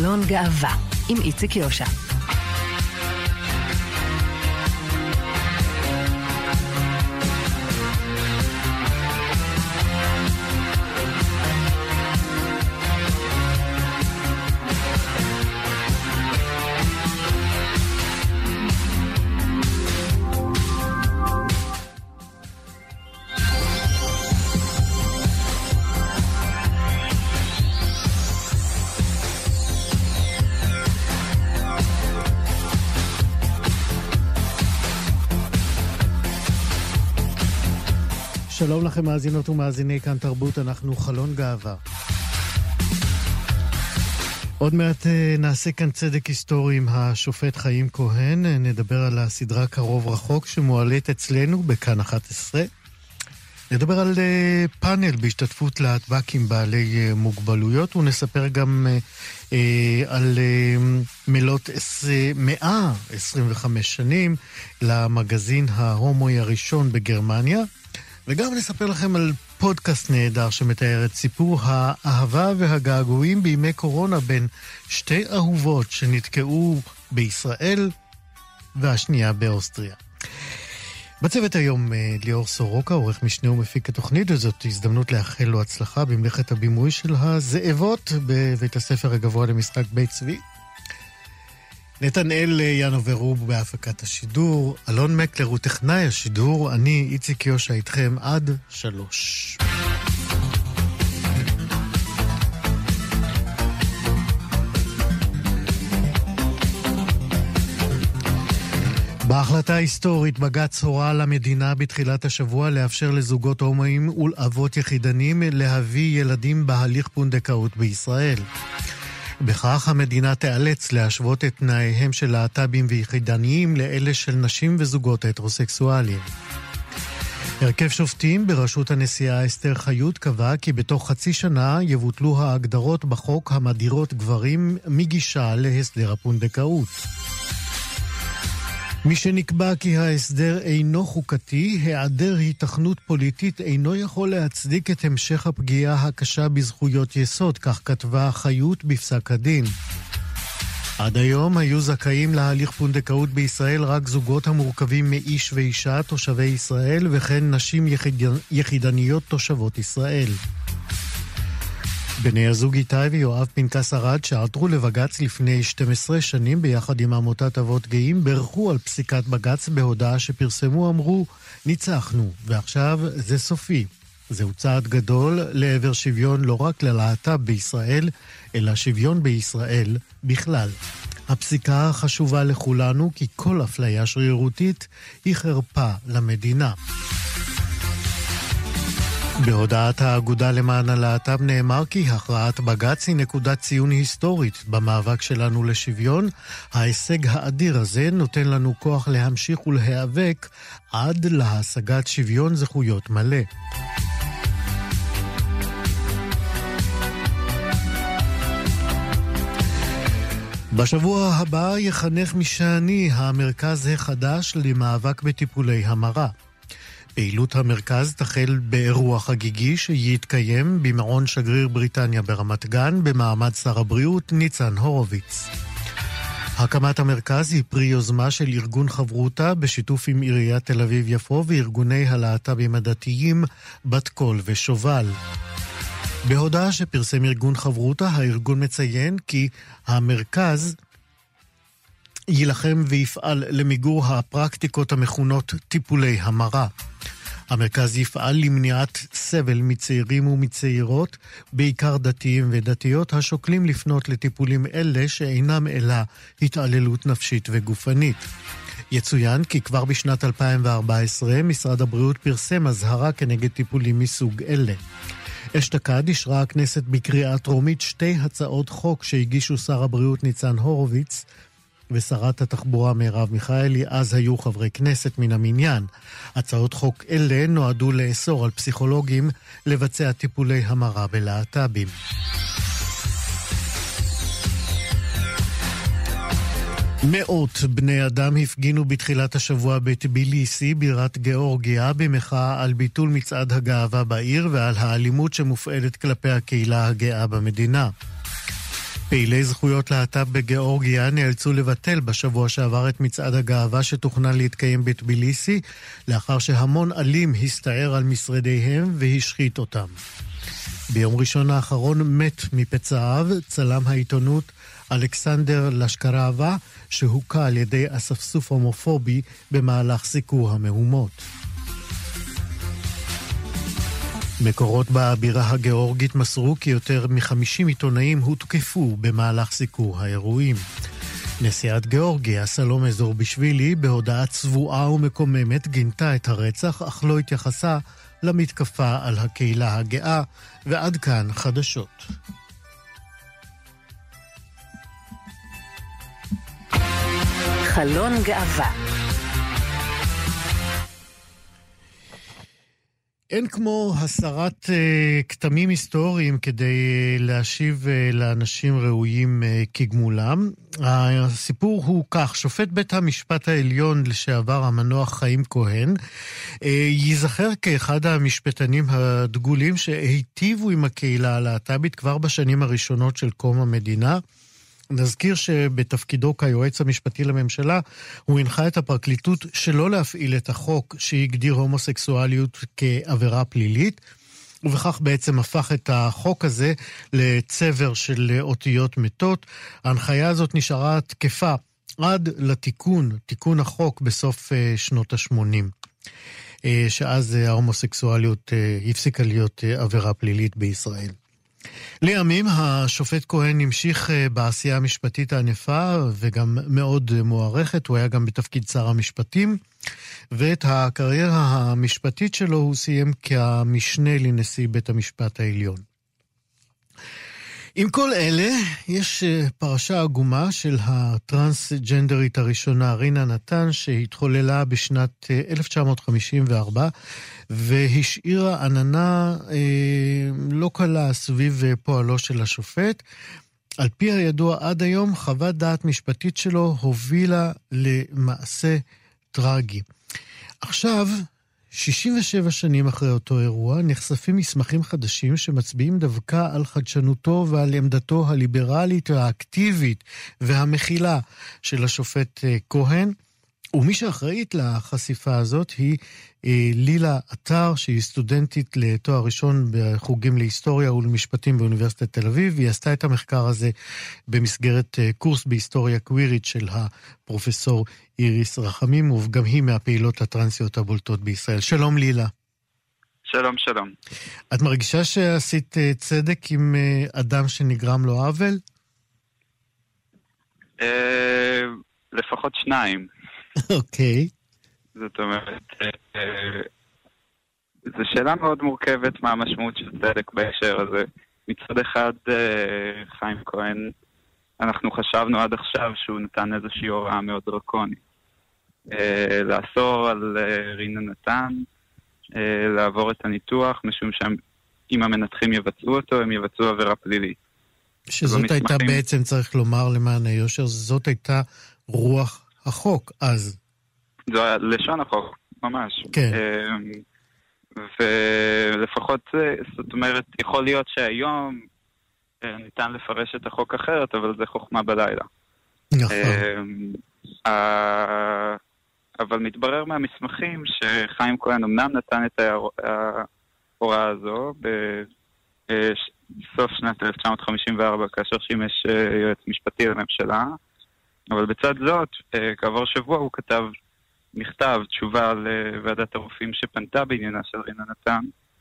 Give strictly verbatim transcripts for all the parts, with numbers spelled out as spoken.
חלון גאווה עם איציק יושע. שלום לכם מאזינות ומאזיני כאן תרבות, אנחנו חלון גאווה. עוד מעט נעשה כאן צדק היסטורי עם השופט חיים כהן, נדבר על הסדרה קרוב רחוק שמועלית אצלנו בכאן אחת עשרה. נדבר על פאנל בהשתתפות להטב"קים בעלי מוגבלויות, ונספר גם על מלאת מאה עשרים וחמש שנים למגזין ההומואי הראשון בגרמניה. וגם נספר לכם על פודקאסט נהדר שמתאר את סיפור האהבה והגעגועים בימי קורונה בין שתי אהובות שנתקעו בישראל והשנייה באוסטריה. בצוות היום ליאור סורוקה, עורך משנה ומפיק התוכנית, וזאת הזדמנות לאחל לו הצלחה במלאכת הבימוי של הזאבות בבית הספר הגבוה למשחק בית צבי. נתנאל ינובר הוא בהפקת השידור, אלון מקלר הוא טכנאי השידור, אני איציק יושע איתכם עד שלוש. בהחלטה היסטורית בג"ץ הורה למדינה בתחילת השבוע לאפשר לזוגות הומואים ולאבות יחידנים להביא ילדים בהליך פונדקאות בישראל. בכך המדינה תיאלץ להשוות את תנאיהם של להט"בים ויחידניים לאלה של נשים וזוגות הטרוסקסואליים. הרכב שופטים בראשות הנשיאה אסתר חיות קבע כי בתוך חצי שנה יבוטלו ההגדרות בחוק המדירות גברים מגישה להסדר הפונדקאות. מי שנקבע כי ההסדר אינו חוקתי, היעדר היתכנות פוליטית אינו יכול להצדיק את המשך הפגיעה הקשה בזכויות יסוד, כך כתבה חיות בפסק הדין. עד היום היו זכאים להליך פונדקאות בישראל רק זוגות המורכבים מאיש ואישה תושבי ישראל, וכן נשים יחיד... יחידניות תושבות ישראל. בני הזוג איתי ויואב פנקס ארד שעתרו לבג"ץ לפני שתים עשרה שנים ביחד עם עמותת אבות גאים, ברכו על פסיקת בג"ץ בהודעה שפרסמו, אמרו ניצחנו ועכשיו זה סופי. זהו צעד גדול לעבר שוויון לא רק ללהט"ב בישראל, אלא שוויון בישראל בכלל. הפסיקה חשובה לכולנו כי כל אפליה שרירותית היא חרפה למדינה. בהודעת האגודה למען הלהט"ב נאמר כי הכרעת בג"ץ היא נקודת ציון היסטורית במאבק שלנו לשוויון. ההישג האדיר הזה נותן לנו כוח להמשיך ולהיאבק עד להשגת שוויון זכויות מלא. בשבוע הבא יחנך משעני המרכז החדש למאבק בטיפולי המרה. פעילות המרכז תחל באירוע חגיגי שיתקיים במעון שגריר בריטניה ברמת גן במעמד שר הבריאות ניצן הורוביץ. הקמת המרכז היא פרי יוזמה של ארגון חברותה בשיתוף עם עיריית תל אביב יפו וארגוני הלהט"בים הדתיים בת קול ושובל. בהודעה שפרסם ארגון חברותה, הארגון מציין כי המרכז יילחם ויפעל למיגור הפרקטיקות המכונות טיפולי המרה. המרכז יפעל למניעת סבל מצעירים ומצעירות, בעיקר דתיים ודתיות, השוקלים לפנות לטיפולים אלה שאינם אלא התעללות נפשית וגופנית. יצוין כי כבר בשנת אלפיים וארבע עשרה משרד הבריאות פרסם הזהרה כנגד טיפולים מסוג אלה. אשתקד אישרה הכנסת בקריאה טרומית שתי הצעות חוק שהגישו שר הבריאות ניצן הורוביץ ושרת התחבורה מרב מיכאלי, אז היו חברי כנסת מן המניין. הצעות חוק אלה נועדו לאסור על פסיכולוגים לבצע טיפולי המרה בלהט"בים. מאות בני אדם הפגינו בתחילת השבוע בטביליסי, בירת גיאורגיה, במחאה על ביטול מצעד הגאווה בעיר ועל האלימות שמופעלת כלפי הקהילה הגאה במדינה. פעילי זכויות להט"ב בגיאורגיה נאלצו לבטל בשבוע שעבר את מצעד הגאווה שתוכנן להתקיים בטביליסי, לאחר שהמון אלים הסתער על משרדיהם והשחית אותם. ביום ראשון האחרון מת מפצעיו צלם העיתונות אלכסנדר לשקראבה, שהוקע על ידי אספסוף הומופובי במהלך סיקור המהומות. מקורות בבירה הגאורגית מסרו כי יותר מ-חמישים עיתונאים הותקפו במהלך סיקור האירועים. נשיאת גיאורגיה סלומה זורבישווילי בהודעה צבועה ומקוממת גינתה את הרצח, אך לא התייחסה למתקפה על הקהילה הגאה. ועד כאן חדשות. חלון גאווה. אין כמו הסרת uh, כתמים היסטוריים כדי uh, להשיב uh, לאנשים ראויים uh, כגמולם. הסיפור הוא כך: שופט בית המשפט העליון לשעבר המנוח חיים כהן uh, ייזכר כאחד המשפטנים הדגולים שהיטיבו עם הקהילה הלהט"בית כבר בשנים הראשונות של קום המדינה. נזכיר שבתפקידו כיועץ המשפטי לממשלה הוא הנחה את הפרקליטות שלא להפעיל את החוק שהגדיר הומוסקסואליות כעבירה פלילית, ובכך בעצם הפך את החוק הזה לצבר של אותיות מתות. ההנחיה הזאת נשארה תקפה עד לתיקון, תיקון החוק בסוף שנות ה-שמונים, שאז ההומוסקסואליות הפסיקה להיות עבירה פלילית בישראל. לימים השופט כהן המשיך בעשייה המשפטית הענפה וגם מאוד מוערכת. הוא היה גם בתפקיד שר המשפטים, ואת הקריירה המשפטית שלו הוא סיים כמשנה לנשיא בית המשפט העליון. עם כל אלה, יש פרשה עגומה של הטרנסג'נדרית הראשונה רינה נתן, שהתחוללה בשנת אלף תשע מאות חמישים וארבע, והשאירה עננה אה, לא קלה סביב פועלו של השופט. על פי הידוע עד היום, חוות דעת משפטית שלו הובילה למעשה טרגי. עכשיו, שישים ושבע שנים אחרי אותו אירוע, נחשפים מסמכים חדשים שמצביעים דווקא על חדשנותו ועל עמדתו הליברלית והאקטיבית והמכילה של השופט כהן. ומי שאחראית לחשיפה הזאת היא לילה אתר, שהיא סטודנטית לתואר ראשון בחוגים להיסטוריה ולמשפטים באוניברסיטת תל אביב. היא עשתה את המחקר הזה במסגרת קורס בהיסטוריה קווירית של הפרופסור איריס רחמים, וגם היא מהפעילות הטרנסיות הבולטות בישראל. שלום לילה. שלום, שלום. את מרגישה שעשית צדק עם אדם שנגרם לו עוול? לפחות שניים. אוקיי. זאת אומרת, זו שאלה מאוד מורכבת מה המשמעות של צדק בהקשר הזה. מצד אחד, חיים כהן, אנחנו חשבנו עד עכשיו שהוא נתן איזושהי הוראה מאוד דרקונית. לאסור על רינה נתן, לעבור את הניתוח, משום שאם המנתחים יבצעו אותו, הם יבצעו עבירה פלילית. שזאת הייתה בעצם, צריך לומר למען היושר, זאת הייתה רוח החוק אז. זו לשון החוק, ממש. כן. ולפחות, זאת אומרת, יכול להיות שהיום ניתן לפרש את החוק אחרת, אבל זה חוכמה בלילה. נכון. אבל מתברר מהמסמכים שחיים כהן אמנם נתן את ההוראה הזו בסוף שנת אלף תשע מאות חמישים וארבע, כאשר שימש יועץ משפטי לממשלה, אבל בצד זאת, כעבור שבוע הוא כתב מכתב, תשובה לוועדת הרופאים שפנתה בעניינה של רינה נתן,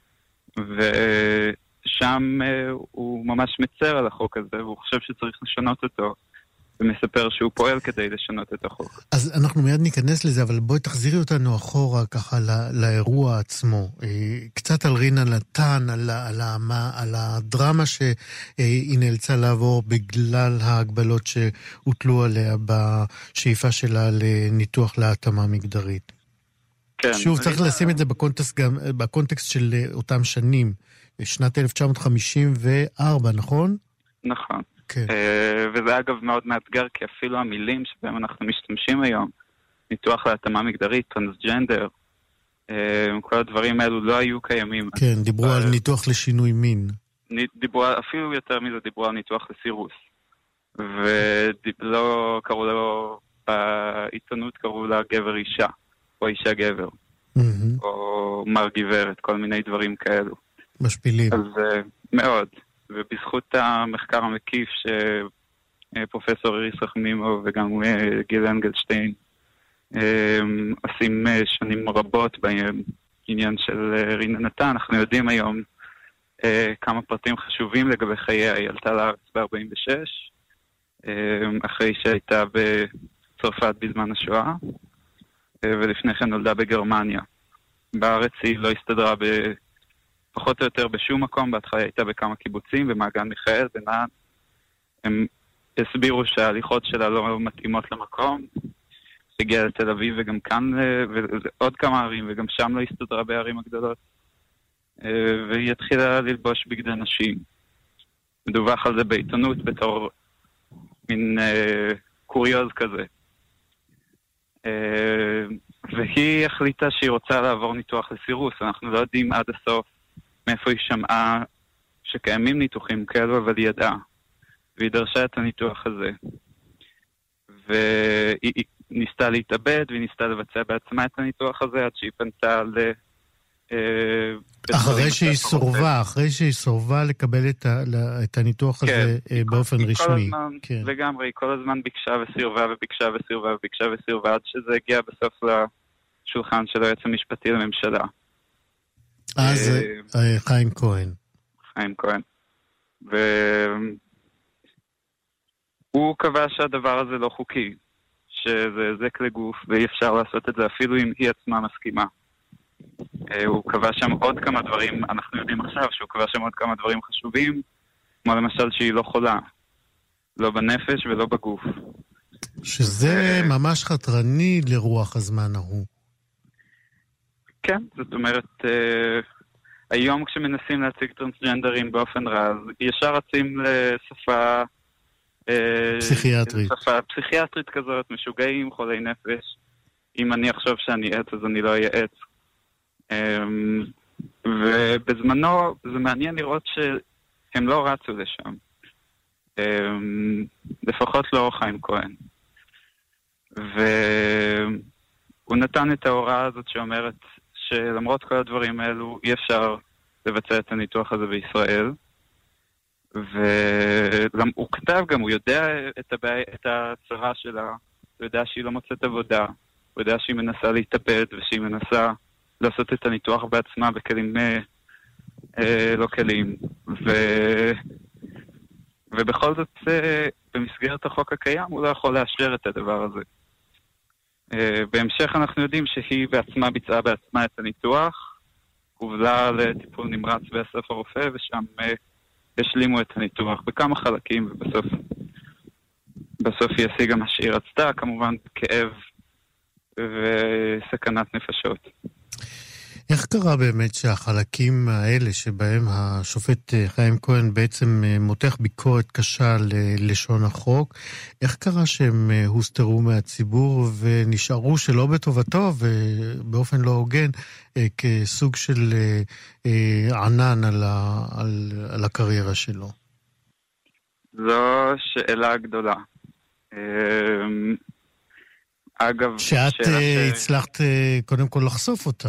ושם הוא ממש מצר על החוק הזה, והוא חושב שצריך לשנות אותו, ומספר שהוא פועל כדי לשנות את החוק. אז אנחנו מיד ניכנס לזה, אבל בואי תחזירי אותנו אחורה ככה לא, לאירוע עצמו. קצת על רינה נתן, על, על, על הדרמה שהיא נאלצה לעבור בגלל ההגבלות שהוטלו עליה בשאיפה שלה לניתוח להתאמה מגדרית. כן. שוב, צריך רינה... לשים את זה בקונטקסט, גם, בקונטקסט של אותם שנים, שנת אלף תשע מאות חמישים וארבע, נכון? נכון. כן. וזה אגב מאוד מאתגר, כי אפילו המילים שבהם אנחנו משתמשים היום, ניתוח להתאמה מגדרית, טרנסג'נדר, כל הדברים האלו לא היו קיימים. כן, דיברו על ניתוח לשינוי מין. דיברו, אפילו יותר מזה דיברו על ניתוח לסירוס. ולא קראו לו, בעיתונות קראו לה גבר אישה, או אישה גבר, Mm-hmm. או מר גברת, כל מיני דברים כאלו. משפילים. אז מאוד, ובזכות המחקר המקיף שפרופסור איריס רחמימו וגם גיל אנגלשטיין עושים שנים רבות בעניין של רינה נתן, אנחנו יודעים היום כמה פרטים חשובים לגבי חייה. היא עלתה לארץ ב-ארבעים ושש, אחרי שהייתה בצרפת בזמן השואה, ולפני כן נולדה בגרמניה. בארץ היא לא הסתדרה פחות או יותר בשום מקום, בהתחלה הייתה בכמה קיבוצים, במעגן מיכאל, בנען. הם הסבירו שההליכות שלה לא מתאימות למקום, הגיעה לתל אביב וגם כאן, ועוד כמה ערים, וגם שם לא הסתדרה בערים הגדולות. והיא התחילה ללבוש בגדי נשים. מדווח על זה בעיתונות בתור מין קוריוז כזה. והיא החליטה שהיא רוצה לעבור ניתוח לסירוס. אנחנו לא יודעים עד הסוף מאיפה היא שמעה שקיימים ניתוחים כאלו, אבל היא ידעה. והיא דרשה את הניתוח הזה. והיא ניסתה להתאבד, והיא ניסתה לבצע בעצמה את הניתוח הזה, עד שהיא פנתה ל... אחרי שהיא סורבה, אחרי שהיא סורבה לקבל את הניתוח הזה באופן רשמי. לגמרי, היא כל הזמן ביקשה וסירבה וביקשה וסירבה וביקשה וסירבה, עד שזה הגיע בסוף לשולחן של היועץ המשפטי לממשלה. אז חיים כהן. חיים כהן. והוא קבע שהדבר הזה לא חוקי, שזה זק לגוף, ואי אפשר לעשות את זה אפילו אם היא עצמה מסכימה. הוא קבע שם עוד כמה דברים, אנחנו יודעים עכשיו שהוא קבע שם עוד כמה דברים חשובים, כמו למשל שהיא לא חולה, לא בנפש ולא בגוף. שזה ממש חתרני לרוח הזמן ההוא. כן, זאת אומרת, היום כשמנסים להציג טרנסג'נדרים באופן רז, ישר רצים לשפה פסיכיאטרית. שפה פסיכיאטרית כזאת, משוגעים, חולי נפש. אם אני אחשוב שאני עץ, אז אני לא אהיה עץ. Um, ובזמנו זה מעניין לראות שהם לא רצו לשם, um, לפחות לא חיים כהן, והוא נתן את ההוראה הזאת שאומרת שלמרות כל הדברים האלו אי אפשר לבצע את הניתוח הזה בישראל, והוא כתב גם, הוא יודע את, הבעיה, את הצרה שלה, הוא יודע שהיא לא מוצאת עבודה, הוא יודע שהיא מנסה להתאבד ושהיא מנסה לעשות את הניתוח בעצמה בכלים אה, אה, לא כלים. ו... ובכל זאת, אה, במסגרת החוק הקיים, הוא לא יכול לאשר את הדבר הזה. אה, בהמשך אנחנו יודעים שהיא בעצמה ביצעה בעצמה את הניתוח, הובלה לטיפול נמרץ באסף הרופא, ושם אה, השלימו את הניתוח בכמה חלקים, ובסוף בסוף היא השיגה מה שהיא רצתה, כמובן כאב וסכנת נפשות. איך קרה באמת שהחלקים האלה שבהם השופט חיים כהן בעצם מותח ביקורת קשה ללשון החוק, איך קרה שהם הוסתרו מהציבור ונשארו שלא בטובתו ובאופן לא הוגן כסוג של ענן על, ה, על, על הקריירה שלו? זו שאלה גדולה. אגב, שאת הצלחת קודם כל לחשוף אותה.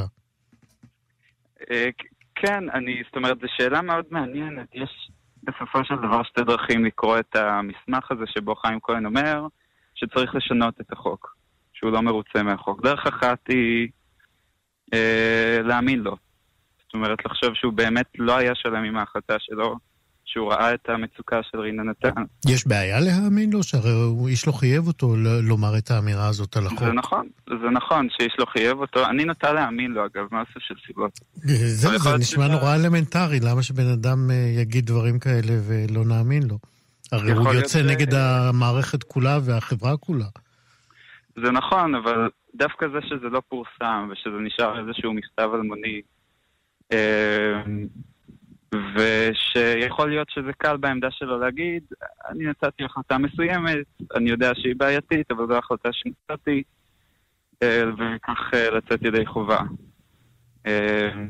כן, אני, זאת אומרת, זו שאלה מאוד מעניינת. יש בסופו של דבר שתי דרכים לקרוא את המסמך הזה שבו חיים כהן אומר שצריך לשנות את החוק, שהוא לא מרוצה מהחוק. דרך אחת היא אה, להאמין לו. זאת אומרת, לחשוב שהוא באמת לא היה שלם עם ההחלטה שלו, שהוא ראה את המצוקה של רינה נתן. יש בעיה להאמין לו? שהרי הוא איש לא חייב אותו לומר את האמירה הזאת על החוק. זה נכון, זה נכון שאיש לא חייב אותו. אני נוטה להאמין לו, אגב, מאסף של סיבות. זה, זה נשמע נורא אלמנטרי. למה שבן אדם יגיד דברים כאלה ולא נאמין לו? הרי הוא יוצא נגד המערכת כולה והחברה כולה. זה נכון, אבל דווקא זה שזה לא פורסם ושזה נשאר איזשהו מכתב אלמוני, ושיכול להיות שזה קל בעמדה שלו להגיד, אני נתתי החלטה מסוימת, אני יודע שהיא בעייתית, אבל זו החלטה שנתתי, וכך לצאת ידי חובה.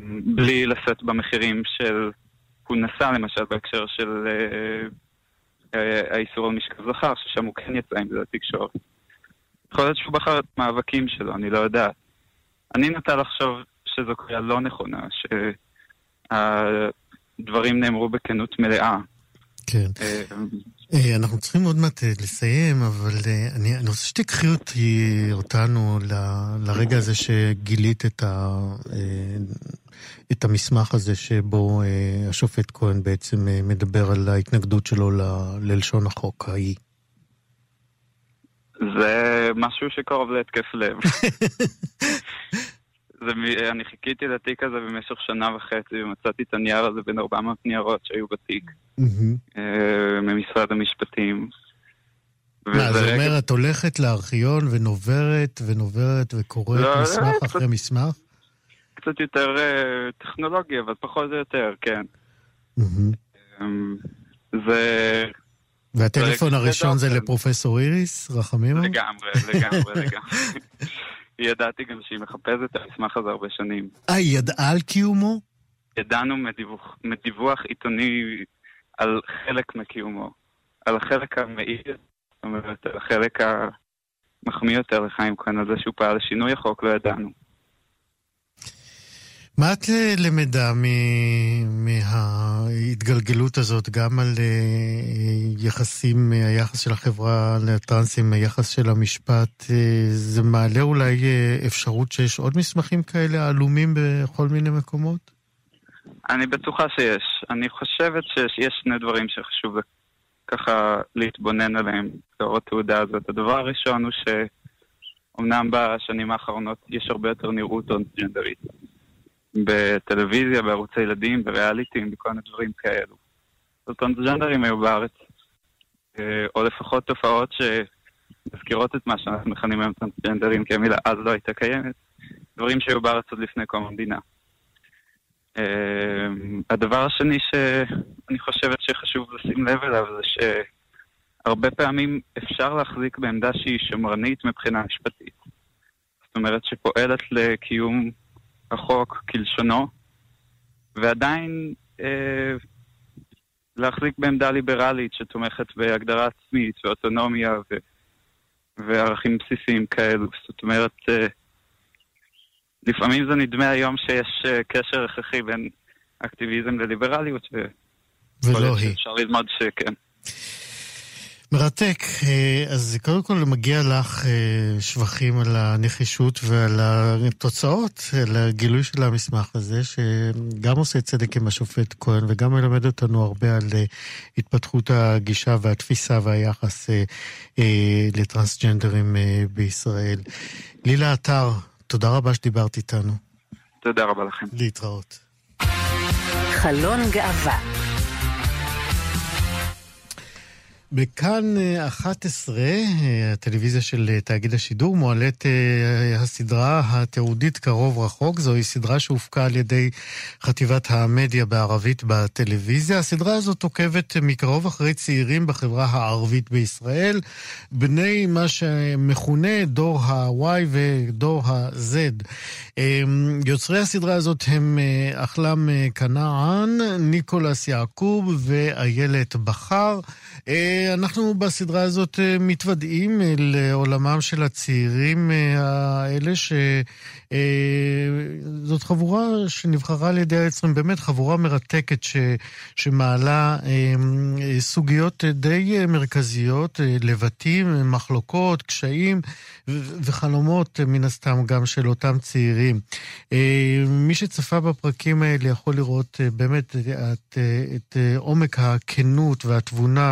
בלי לשאת במחירים של, הוא נסע למשל בהקשר של האיסור על משכב זכר, ששם הוא כן יצא עם זה לתקשורת. יכול להיות שהוא בחר את מאבקים שלו, אני לא יודעת. אני נטה לחשוב שזו קריאה לא נכונה, שהדברים נאמרו בכנות מלאה. כן. אנחנו צריכים עוד מעט לסיים, אבל אני רוצה שתקחי אותי, אותנו לרגע הזה שגילית את ה... את המסמך הזה שבו השופט כהן בעצם מדבר על ההתנגדות שלו ללשון החוק ההיא. זה משהו שקרוב להתקף לב. זה, אני חיכיתי לתיק הזה במשך שנה וחצי, ומצאתי את הנייר הזה בין ארבע מאות ניירות שהיו בתיק, ממשרד המשפטים. מה, זה אומר, את הולכת לארכיון ונוברת ונוברת וקוראת מסמך אחרי מסמך? קצת יותר טכנולוגיה, אבל פחות או יותר, כן. זה... והטלפון הראשון זה לפרופסור איריס רחמימו? לגמרי, לגמרי, לגמרי. ידעתי גם שהיא מחפשת את המסמך הזה הרבה שנים. אה, היא ידעה על קיומו? ידענו מדיווח, מדיווח עיתוני על חלק מקיומו. על החלק המעיד, זאת אומרת, על החלק המחמיא יותר לחיים כהן, על זה שהוא פעל לשינוי החוק, לא ידענו. מה את למדה מההתגלגלות הזאת, גם על יחסים, היחס של החברה לטרנסים, היחס של המשפט? זה מעלה אולי אפשרות שיש עוד מסמכים כאלה עלומים בכל מיני מקומות? אני בטוחה שיש. אני חושבת שיש שני דברים שחשוב ככה להתבונן עליהם לאור התעודה הזאת. הדבר הראשון הוא שאומנם בשנים האחרונות יש הרבה יותר נראות טרנסג'נדרית. בטלוויזיה, בערוצי ילדים, בריאליטים, בכל מיני דברים כאלו. טרנסג'נדרים היו בארץ, או לפחות תופעות שמזכירות את מה שאנחנו מכנים היום טרנסג'נדרים, כי המילה אז לא הייתה קיימת, דברים שהיו בארץ עוד לפני קום המדינה. הדבר השני שאני חושבת שחשוב לשים לב אליו, זה שהרבה פעמים אפשר להחזיק בעמדה שהיא שמרנית מבחינה משפטית. זאת אומרת שפועלת לקיום החוק כלשונו, ועדיין אה, להחזיק בעמדה ליברלית שתומכת בהגדרה עצמית ואוטונומיה ו, וערכים בסיסיים כאלו. זאת אומרת, אה, לפעמים זה נדמה היום שיש אה, קשר הכרחי בין אקטיביזם לליברליות, ולא היא. אפשר ללמוד שכן. מרתק. אז קודם כל מגיע לך שבחים על הנחישות ועל התוצאות, על הגילוי של המסמך הזה, שגם עושה צדק עם השופט כהן, וגם מלמד אותנו הרבה על התפתחות הגישה והתפיסה והיחס לטרנסג'נדרים בישראל. לילה אתר, תודה רבה שדיברת איתנו. תודה רבה לכם. להתראות. חלון גאווה. בכאן אחת עשרה, הטלוויזיה של תאגיד השידור, מועלית הסדרה התיעודית קרוב רחוק. זוהי סדרה שהופקה על ידי חטיבת המדיה בערבית בטלוויזיה. הסדרה הזאת עוקבת מקרוב אחרי צעירים בחברה הערבית בישראל, בני מה שמכונה דור ה-Y ודור ה-Z. יוצרי הסדרה הזאת הם אחלם כנען, ניקולס יעקוב ואיילת בחר. אנחנו בסדרה הזאת מתוודעים לעולמם של הצעירים האלה, שזאת חבורה שנבחרה על ידי היוצרים, באמת חבורה מרתקת ש... שמעלה סוגיות די מרכזיות, לבטים, מחלוקות, קשיים וחלומות מן הסתם גם של אותם צעירים. מי שצפה בפרקים האלה יכול לראות באמת את, את עומק הכנות והתבונה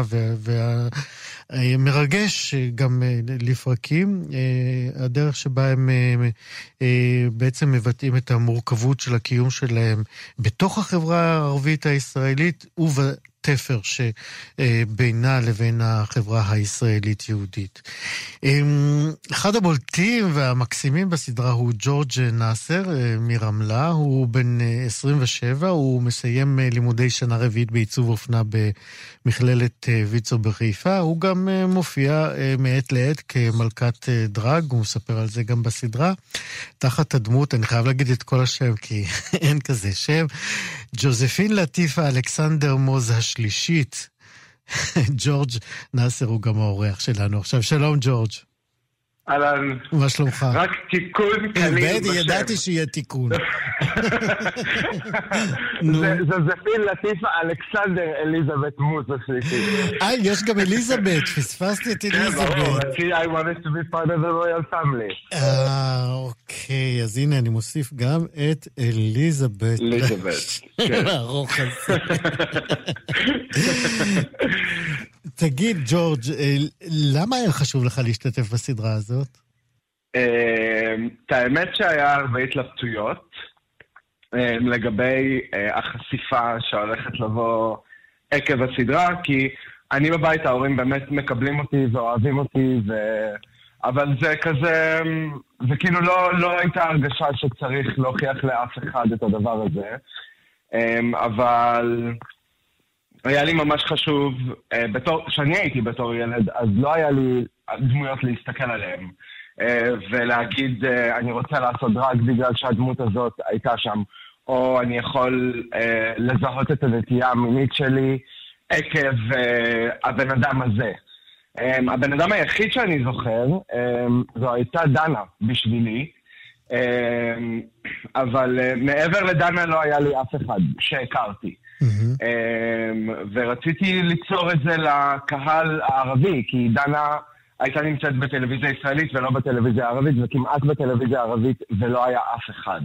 והמרגש גם לפרקים, הדרך שבה הם בעצם מבטאים את המורכבות של הקיום שלהם בתוך החברה הערבית הישראלית ובתפר שבינה לבין החברה הישראלית-יהודית. אחד הבולטים והמקסימים בסדרה הוא ג'ורג' נאסר מרמלה, הוא בן עשרים ושבע, הוא מסיים לימודי שנה רביעית בעיצוב אופנה במכללת ויצו בחיפה, הוא גם מופיע מעת לעת כמלכת דרג, הוא מספר על זה גם בסדרה, תחת הדמות, אני חייב להגיד את כל השם כי אין כזה שם, ג'וזפין לטיפה אלכסנדר מוז השלישית, ג'ורג' נאסר הוא גם האורח שלנו. עכשיו, שלום ג'ורג'. אהלן. מה שלומך? רק תיקון קליל בשם. ידעתי שיהיה תיקון. זה זפין לטיפה אלכסנדר אליזבת מוס עשיתי. אה, יש גם אליזבת, פספסתי את אליזבת. כן, ברור, I wanted to be part of the royal family. אה, אוקיי, אז הנה אני מוסיף גם את אליזבת. אליזבת, כן. ארוך הזה. תגיד, ג'ורג', למה היה חשוב לך להשתתף בסדרה הזאת? את האמת שהיה הרבה התלבטויות לגבי החשיפה שהולכת לבוא עקב הסדרה, כי אני בבית, ההורים באמת מקבלים אותי ואוהבים אותי, ו... אבל זה כזה, זה כאילו לא, לא הייתה הרגשה שצריך להוכיח לאף אחד את הדבר הזה, אבל... היה לי ממש חשוב, בתור, שאני הייתי בתור ילד, אז לא היה לי דמויות להסתכל עליהם, ולהגיד, אני רוצה לעשות דרג בגלל שהדמות הזאת הייתה שם, או אני יכול לזהות את הנטייה המינית שלי עקב הבן אדם הזה. הבן אדם היחיד שאני זוכר, זו הייתה דנה בשבילי, אבל מעבר לדנה לא היה לי אף אחד שהכרתי. Mm-hmm. ורציתי ליצור את זה לקהל הערבי, כי דנה הייתה נמצאת בטלוויזיה ישראלית ולא בטלוויזיה הערבית, וכמעט בטלוויזיה הערבית ולא היה אף אחד.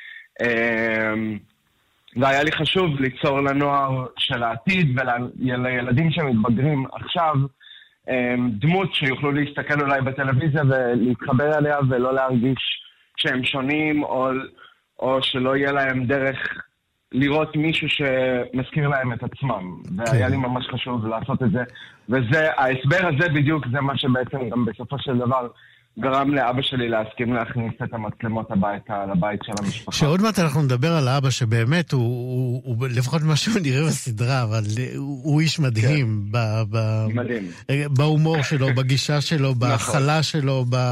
והיה לי חשוב ליצור לנוער של העתיד ולילדים שמתבגרים עכשיו דמות שיוכלו להסתכל אולי בטלוויזיה ולהתחבר אליה ולא להרגיש שהם שונים, או, או שלא יהיה להם דרך לראות מישהו שמזכיר להם את עצמם. והיה לי ממש חשוב לעשות את זה. וזה, ההסבר הזה בדיוק זה מה שבעצם גם בסופו של דבר גרם לאבא שלי להסכים להכניס את המצלמות הביתה, לבית של המשפחה. שעוד מעט אנחנו נדבר על האבא שבאמת הוא, הוא, הוא לפחות מה שהוא נראה בסדרה, אבל הוא, הוא איש מדהים. כן. ב, ב, מדהים. בהומור שלו, בגישה שלו, בהכלה שלו, ב...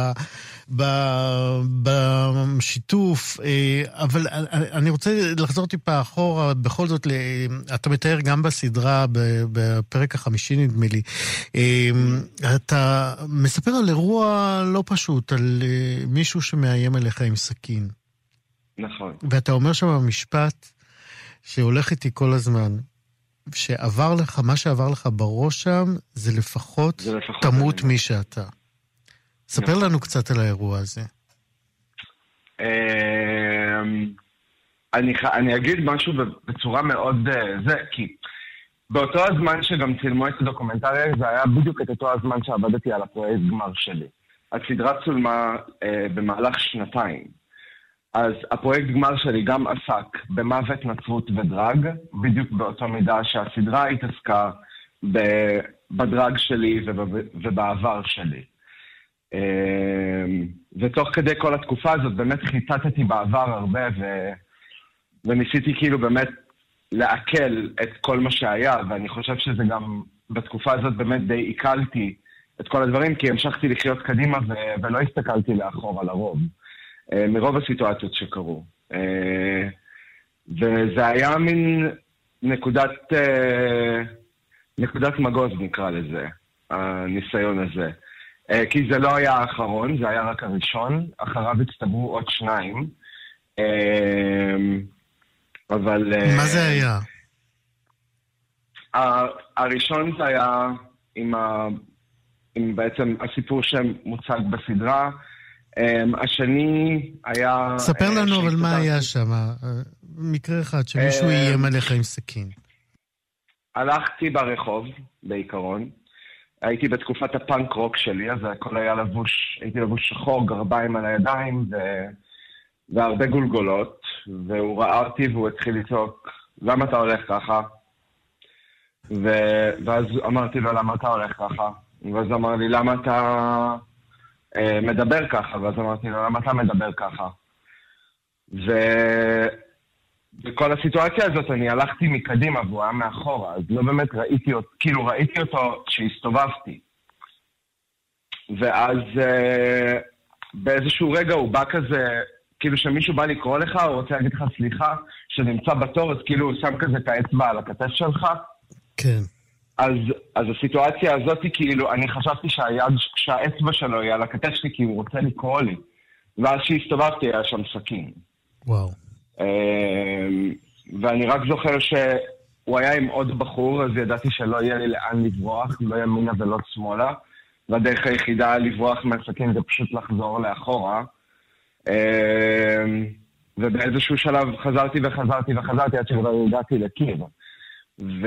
בשיתוף, אבל אני רוצה לחזור טיפה אחורה, בכל זאת, אתה מתאר גם בסדרה, בפרק החמישי נדמה לי, אתה מספר על אירוע לא פשוט, על מישהו שמאיים עליך עם סכין. נכון. ואתה אומר שם במשפט, שהולך איתי כל הזמן, שעבר לך, מה שעבר לך בראש שם, זה לפחות, זה לפחות תמות מי שאתה. ספר לנו קצת על האירוע הזה. אני, אני אגיד משהו בצורה מאוד... זה, כי באותו הזמן שגם צילמו את הדוקומנטריה, זה היה בדיוק את אותו הזמן שעבדתי על הפרויקט גמר שלי. הסדרה צולמה במהלך שנתיים. אז הפרויקט גמר שלי גם עסק במוות, נצרות ודרג, בדיוק באותו מידה שהסדרה התעסקה בדרג שלי ובעבר שלי. ותוך כדי כל התקופה הזאת באמת חיטטתי בעבר הרבה ו... וניסיתי כאילו באמת לעכל את כל מה שהיה, ואני חושב שזה גם בתקופה הזאת באמת די עיכלתי את כל הדברים, כי המשכתי לחיות קדימה ו... ולא הסתכלתי לאחור על הרוב, מרוב הסיטואציות שקרו. וזה היה מין נקודת, נקודת מגוז נקרא לזה, הניסיון הזה. כי זה לא היה האחרון, זה היה רק הראשון, אחריו הצטברו עוד שניים. אבל... מה זה היה? הראשון זה היה עם, ה... עם בעצם הסיפור שמוצג בסדרה. השני היה... ספר לנו אבל מה היה שם, מקרה אחד שמישהו איים עליך עם סכין. הלכתי ברחוב, בעיקרון. הייתי בתקופת הפאנק רוק שלי, אז הכל היה לבוש, הייתי לבוש שחור, גרביים על הידיים ו... והרבה גולגולות, והוא ראה אותי והוא התחיל לצעוק, למה אתה הולך ככה? ו... ואז אמרתי לו, למה אתה הולך ככה? ואז אמר לי, למה אתה אה, מדבר ככה? ואז אמרתי לו, למה אתה מדבר ככה? ו... בכל הסיטואציה הזאת אני הלכתי מקדימה והוא היה מאחורה, אז לא באמת ראיתי אותו, כאילו ראיתי אותו שהסתובבתי. ואז אה, באיזשהו רגע הוא בא כזה, כאילו שמישהו בא לקרוא לך, הוא רוצה להגיד לך סליחה, שנמצא בתור, אז כאילו הוא שם כזה את האצבע על הכתף שלך. כן. אז, אז הסיטואציה הזאת היא כאילו, אני חשבתי שהיד, שהאצבע שלו היא על הכתף שלי, כי הוא רוצה לקרוא לי. ואז שהסתובבתי, היה שם סכין. וואו. ואני רק זוכר שהוא היה עם עוד בחור, אז ידעתי שלא יהיה לי לאן לברוח, לא ימינה ולא שמאלה. והדרך היחידה לברוח מהסכין זה פשוט לחזור לאחורה. ובאיזשהו שלב חזרתי וחזרתי וחזרתי עד שכבר הגעתי לקיר. ו...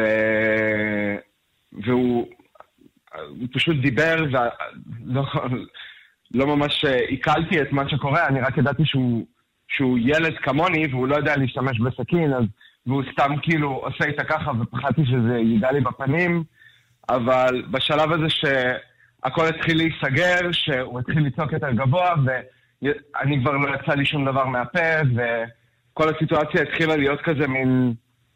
והוא הוא פשוט דיבר ולא לא ממש עיכלתי את מה שקורה, אני רק ידעתי שהוא, שהוא ילד כמוני והוא לא יודע להשתמש בסכין, אז, והוא סתם כאילו עושה איתה ככה ופחדתי שזה ייגע לי בפנים, אבל בשלב הזה שהכל התחיל להיסגר, שהוא התחיל לצעוק יותר גבוה ואני כבר לא יצא לי שום דבר מהפה, וכל הסיטואציה התחילה להיות כזה מין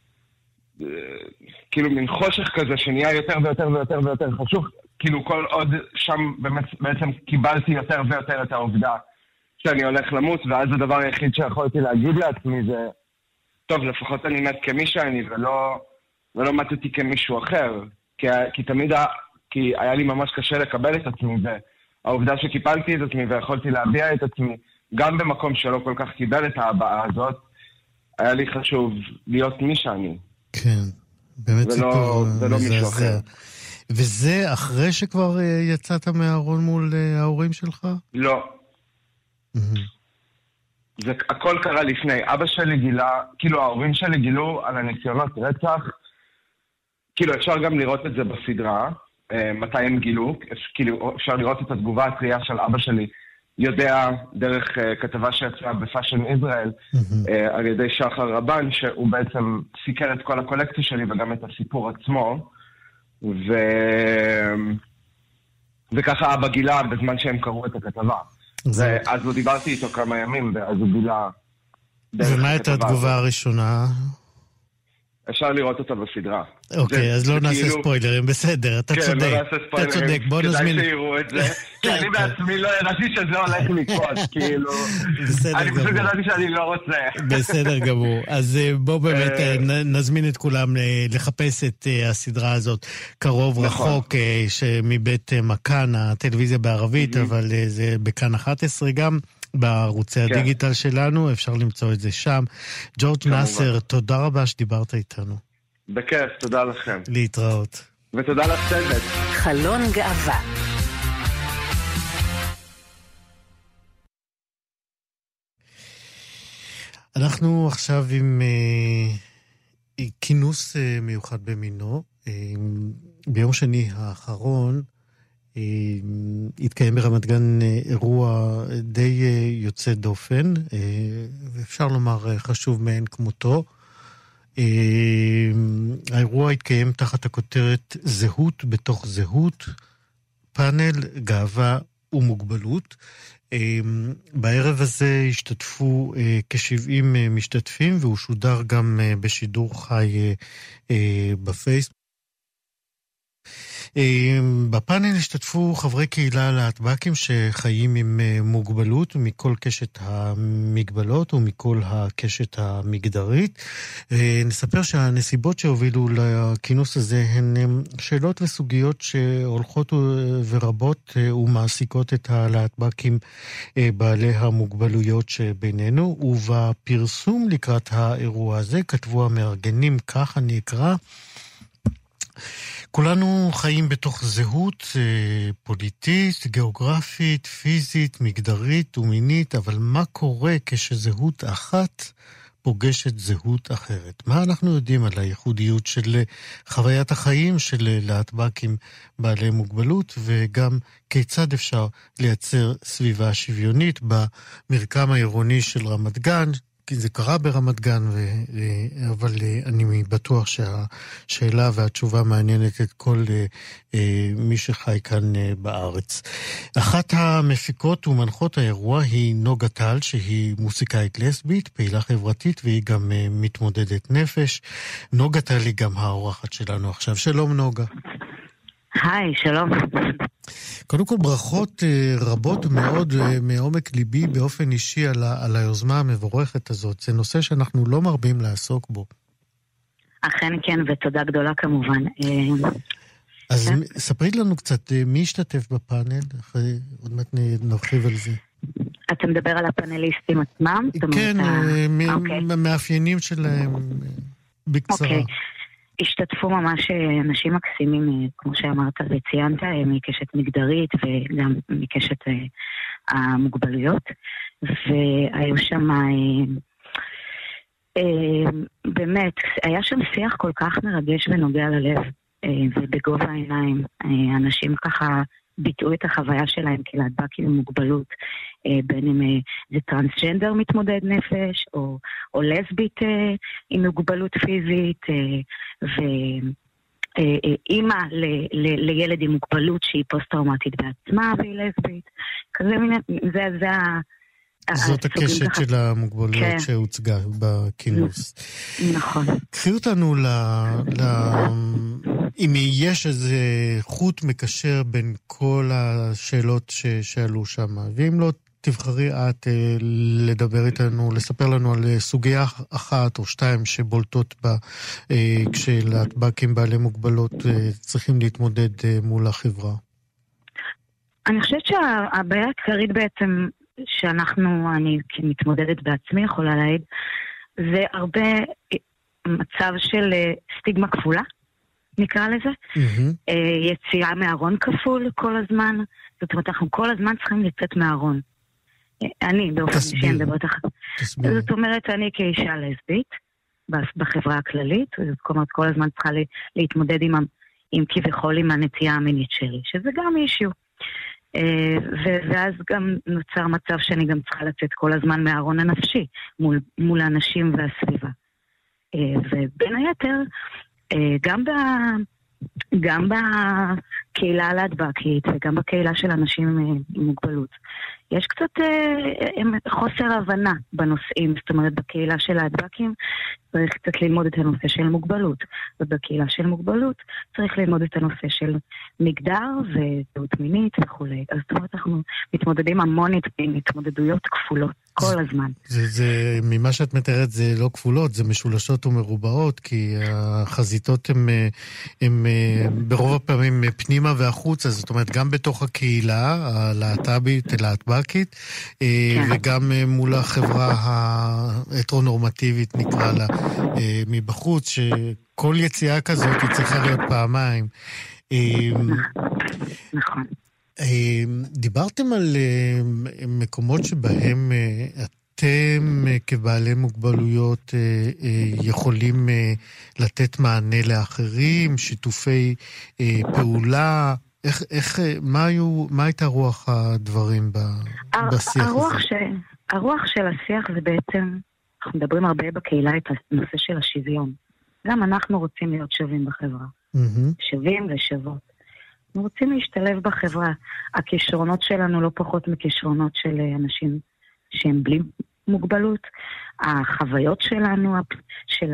כאילו מין חושך כזה שנהיה יותר ויותר ויותר ויותר חשוך, כאילו כל עוד שם בעצם קיבלתי יותר ויותר את העובדה שאני הולך למות, ואז הדבר היחיד שיכולתי להגיד לעצמי זה טוב, לפחות אני מת כמי שאני ולא, ולא מתתי כמישהו אחר, כי, כי תמיד כי היה לי ממש קשה לקבל את עצמי, והעובדה שקיפלתי את עצמי ויכולתי להביע את עצמי גם במקום שלא כל כך קיבל את ההבעה הזאת, היה לי חשוב להיות מי שאני. כן, באמת סיפור מזעזע. וזה אחרי שכבר יצאת מהארון מול ההורים שלך? לא. זה הכל קרה לפני. אבא שלי גילה, כאילו ההורים שלי גילו על הניסיונות רצח, כאילו אפשר גם לראות את זה בסדרה, מתי הם גילו, כאילו אפשר לראות את התגובה הטריה של אבא שלי, יודע דרך uh, כתבה שיצאה בפאשן ישראל mm-hmm. uh, על ידי שחר רבן, שהוא בעצם סיקר את כל הקולקציה שלי וגם את הסיפור עצמו, ו... וככה אבא גילה בזמן שהם קראו את הכתבה. זה... ואז לא דיברתי איתו כמה ימים, ואז הוא גילה דרך הכתבה. ומה הייתה התגובה הראשונה? אפשר לראות אותה בסדרה. אוקיי, אז לא נעשה ספוילרים, בסדר, אתה צודק. כן, לא נעשה ספוילרים, אתה צודק, בוא נזמין. כדאי שיראו את זה, כי אני בעצמי לא ידעתי שזה הולך לקרות, כאילו, אני פשוט ידעתי שאני לא רוצה. בסדר גמור, אז בוא באמת נזמין את כולם לחפש את הסדרה הזאת, קרוב רחוק, מבית מכאן, הטלוויזיה בערבית, אבל זה בכאן אחת עשרה גם. בערוצי הדיגיטל שלנו, אפשר למצוא את זה שם. ג'ורג' נאסר, תודה רבה שדיברת איתנו. בכיף, תודה לכם. להתראות. ותודה לצוות. חלון גאווה. אנחנו עכשיו עם uh, כינוס uh, מיוחד במינו. Uh, ביום שני האחרון, התקיים ברמת גן אירוע די יוצא דופן, ואפשר לומר חשוב מאין כמותו. האירוע התקיים תחת הכותרת זהות בתוך זהות, פאנל גאווה ומוגבלות. בערב הזה השתתפו כ-שבעים משתתפים, והוא שודר גם בשידור חי בפייסבוק. בפאנל השתתפו חברי קהילה להטב"קים שחיים עם מוגבלות מכל קשת המגבלות ומכל הקשת המגדרית. נספר שהנסיבות שהובילו לכינוס הזה הן שאלות וסוגיות שהולכות ורבות ומעסיקות את הלהטב"קים בעלי המוגבלויות שבינינו, ובפרסום לקראת האירוע הזה כתבו המארגנים, כך אני אקרא: כולנו חיים בתוך זהות אה, פוליטית, גיאוגרפית, פיזית, מגדרית ומינית, אבל מה קורה כשזהות אחת פוגשת זהות אחרת? מה אנחנו יודעים על הייחודיות של חוויית החיים של להטב"קים בעלי מוגבלות, וגם כיצד אפשר לייצר סביבה שוויונית במרקם העירוני של רמת גן, כי זה קרה ברמת גן, ו... אבל אני בטוח שהשאלה והתשובה מעניינת את כל מי שחי כאן בארץ. אחת המפיקות ומנחות האירוע היא נוגה טל, שהיא מוסיקאית לסבית, פעילה חברתית, והיא גם מתמודדת נפש. נוגה טל היא גם האורחת שלנו עכשיו. שלום נוגה. היי, שלום. קודם כל ברכות רבות מאוד מעומק ליבי באופן אישי על, ה, על היוזמה המבורכת הזאת. זה נושא שאנחנו לא מרבים לעסוק בו. אכן כן, ותודה גדולה כמובן. אז ספרי לנו קצת, מי השתתף בפאנל? עוד מעט נרחיב על זה. אתה מדבר על הפאנליסטים עצמם? כן, מהמאפיינים שלהם בקצרה. אוקיי. השתתפו ממש אנשים מקסימים, כמו שאמרת וציינת, מקשת מגדרית וגם מקשת המוגבלויות, והיו שם, באמת, היה שם שיח כל כך מרגש ונוגע ללב, ובגובה העיניים, אנשים ככה ביטאו את החוויה שלהם כלהטב"קים עם מוגבלות, בין אם זה טרנסג'נדר מתמודד נפש, או, או לסבית עם מוגבלות פיזית, ואימא ל, ל, לילד עם מוגבלות שהיא פוסט-טראומטית בעצמה והיא לסבית. כזה מיני, זה, זה ה... זאת הקשת של המוגבלויות כן. שהוצגה בכינוס. נכון. קחי אותנו ל... ל... אם יש איזה חוט מקשר בין כל השאלות ששאלו שם, ואם לא תבחרי את לדבר איתנו, לספר לנו על סוגיה אחת או שתיים שבולטות בה, כשלהטב"קים בעלי מוגבלות צריכים להתמודד מול החברה. אני חושבת שהבעיה העיקרית בעצם שאנחנו, אני מתמודדת בעצמי, יכולה להעיד, זה הרבה מצב של סטיגמה כפולה, נקרא לזה. Mm-hmm. יציאה מהארון כפול כל הזמן, זאת אומרת, אנחנו כל הזמן צריכים לצאת מהארון. אני, באופן אישי, אני מדברת אחת. זאת אומרת, אני כאישה לסבית, בחברה הכללית, זאת אומרת, כל הזמן צריכה להתמודד עם, עם כביכול עם הנטייה המינית שלי, שזה גם אישיו. ואז גם נוצר מצב שאני גם צריכה לצאת כל הזמן מהארון הנפשי מול, מול האנשים והסביבה. ובין היתר, גם, ב, גם בקהילה הלהטב"קית וגם בקהילה של אנשים עם מוגבלות, יש קצת חוסר הבנה בנושאים. זאת אומרת, בקהילה של הלהטב"קים צריך קצת ללמוד את הנושא של מוגבלות, ובקהילה של מוגבלות צריך ללמוד את הנושא של מגדר וזהות מינית וכו'. אז זאת אומרת, אנחנו מתמודדים המון עם התמודדויות כפולות כל הזמן. זה, זה, ממה שאת מתארת זה לא כפולות, זה משולשות ומרובעות, כי החזיתות הן, הן ברוב הפעמים פנימה והחוצה, זאת אומרת, גם בתוך הקהילה הלהט"בית, הלהטב"קית, כן. וגם מול החברה ההטרונורמטיבית, נקרא לה, מבחוץ, שכל יציאה כזאת היא צריכה להיות פעמיים. נכון. דיברתם על מקומות שבהם אתם כבעלי מוגבלויות יכולים לתת מענה לאחרים, שיתופי פעולה. איך, איך, מה היו, מה הייתה רוח הדברים בשיח הרוח הזה? ש, הרוח של השיח זה בעצם, אנחנו מדברים הרבה בקהילה את הנושא של השוויון. גם אנחנו רוצים להיות שווים בחברה. Mm-hmm. שווים ושוות. אנחנו רוצים להשתלב בחברה. הכישרונות שלנו לא פחות מכישרונות של אנשים שהם בלי מוגבלות. החוויות שלנו, של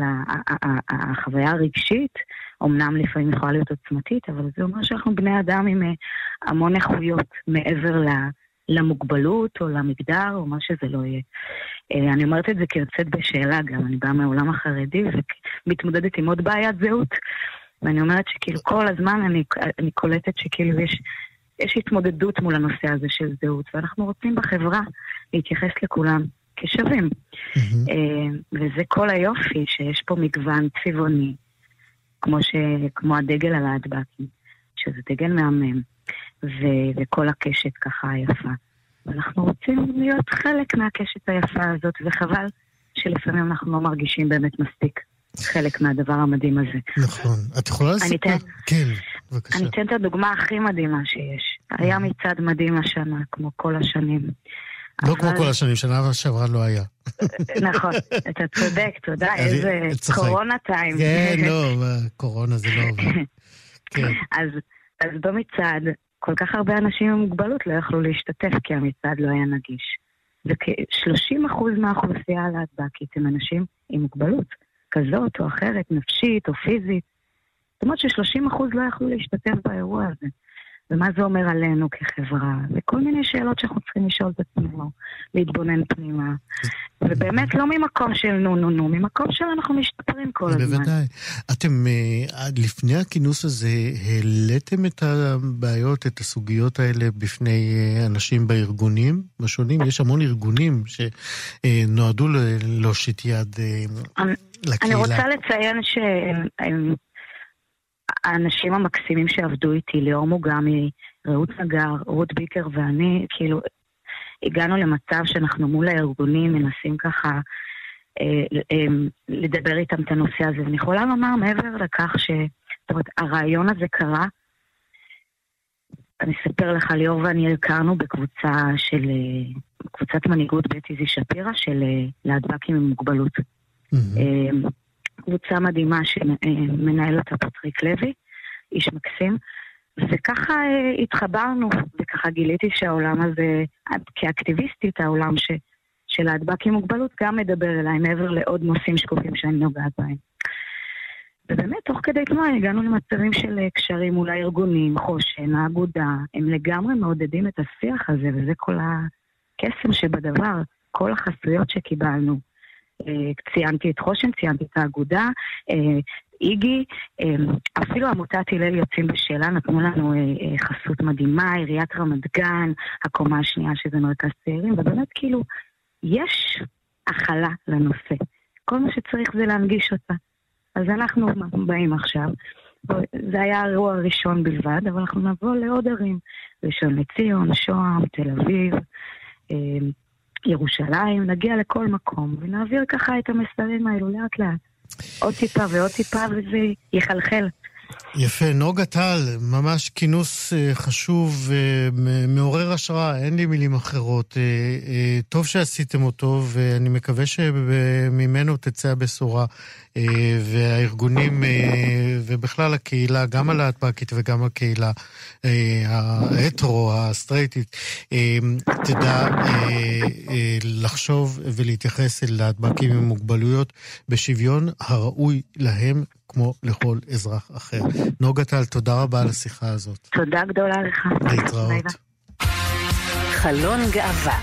החוויה הרגשית, אמנם לפעמים יכולה להיות עוצמתית, אבל זה אומר שאנחנו בני אדם עם המון איכויות מעבר למוגבלות או למגדר או מה שזה לא יהיה. אני אומרת את זה כי יוצאת בשאלה גם, אני באה מהעולם החרדי ומתמודדת עם עוד בעיית זהות, ואני אומרת שכאילו כל הזמן אני, אני קולטת שכאילו יש, יש התמודדות מול הנושא הזה של זהות, ואנחנו רוצים בחברה להתייחס לכולם כשווים. Mm-hmm. וזה כל היופי שיש פה מגוון צבעוני, כמו, ש, כמו הדגל על הלהטב"קים, שזה דגל מהמם, ו, וכל הקשת ככה היפה. ואנחנו רוצים להיות חלק מהקשת היפה הזאת, וחבל שלפעמים אנחנו לא מרגישים באמת מספיק חלק מהדבר המדהים הזה. נכון. את יכולה לספר? תן, כן, בבקשה. אני אתן את הדוגמה הכי מדהימה שיש. היה מצד מדהים השנה, כמו כל השנים. לא אבל... כמו כל השנים, שנה שעברה לא היה. נכון, אתה צודק, תודה, איזה קורונה טיים. כן, לא, קורונה זה לא עובד. כן. אז, אז במצד, כל כך הרבה אנשים עם מוגבלות לא יכלו להשתתף, כי המצד לא היה נגיש. וכ-שלושים אחוז מהאוכלוסייה הלהטב"קית הם אנשים עם מוגבלות, כזאת או אחרת, נפשית או פיזית. זאת אומרת ש-שלושים אחוז לא יכלו להשתתף באירוע הזה. ומה זה אומר עלינו כחברה, וכל מיני שאלות שאנחנו צריכים לשאול את עצמנו, להתבונן פנימה. ובאמת לא ממקום של נו נו נו, ממקום של אנחנו משתפרים כל הזמן. בוודאי. אתם, לפני הכינוס הזה, העליתם את הבעיות, את הסוגיות האלה בפני אנשים בארגונים השונים? יש המון ארגונים שנועדו להושיט יד לקהילה. אני רוצה לציין שהאנשים המקסימים שעבדו איתי, ליאור מוגמי, רעות נגר, רות ביקר ואני, כאילו, הגענו למצב שאנחנו מול הארגונים מנסים ככה אה, אה, לדבר איתם את הנושא הזה. ואני יכולה לומר מעבר לכך שהרעיון הזה קרה, אני אספר לך, ליאור ואני הכרנו בקבוצה של, קבוצת מנהיגות בית איזי שפירא של להטב"קים עם מוגבלות. Mm-hmm. אה, קבוצה מדהימה שמנהל אותה פטריק לוי, איש מקסים, וככה uh, התחברנו, וככה גיליתי שהעולם הזה, כאקטיביסטית, העולם ש, של להטב"קים עם מוגבלות, גם מדבר אליי מעבר לעוד נושאים שקופים שאני נוגעת בהם. ובאמת, תוך כדי תנועה, הגענו למצבים של קשרים מול הארגונים, חושן, האגודה, הם לגמרי מעודדים את השיח הזה, וזה כל הקסם שבדבר, כל החסויות שקיבלנו. ציינתי את חושן, ציינתי את האגודה, איגי, אפילו עמותת הלל יוצאים בשאלה, נתנו לנו חסות מדהימה, עיריית רמת גן, הקומה השנייה שזה מרכז צעירים, ובאמת כאילו, יש הכלה לנושא. כל מה שצריך זה להנגיש אותה. אז אנחנו באים עכשיו, זה היה האירוע הראשון בלבד, אבל אנחנו נבוא לעוד ערים, ראשון לציון, שוהם, תל אביב, ירושלים, נגיע לכל מקום, ונעביר ככה את המסרים האלו לאט לאט. עוד טיפה ועוד טיפה, וזה יחלחל. יפה, נוגה טל, ממש כינוס חשוב, מעורר השראה, אין לי מילים אחרות. טוב שעשיתם אותו, ואני מקווה שממנו תצא הבשורה, והארגונים, ובכלל הקהילה, גם הלהטב"קית וגם הקהילה ההטרו, הסטרייטית, תדע לחשוב ולהתייחס אל להטב"קים עם מוגבלויות בשוויון הראוי להם, כמו לכל אזרח אחר. נוגה טל, תודה רבה על השיחה הזאת. תודה גדולה לך. להתראות. חלון גאווה.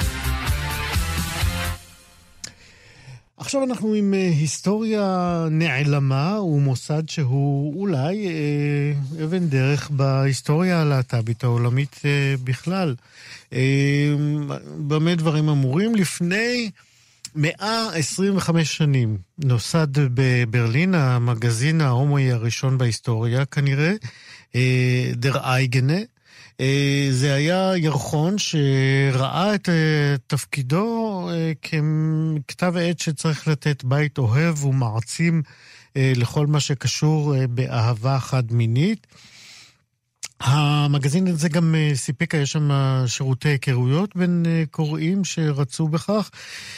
עכשיו אנחנו עם היסטוריה נעלמה, ומוסד שהוא אולי אה, אבן דרך בהיסטוריה הלהט"בית העולמית אה, בכלל. אה, במה דברים אמורים? לפני מאה עשרים וחמש שנים נוסד בברלין המגזין ההומואי הראשון בהיסטוריה, כנראה, דר אייגנה. זה היה ירחון שראה את תפקידו ככתב עת שצריך לתת בית אוהב ומעצים לכל מה שקשור באהבה חד מינית. המגזין הזה גם סיפק, יש שם שירותי היכרויות בין קוראים שרצו בכך,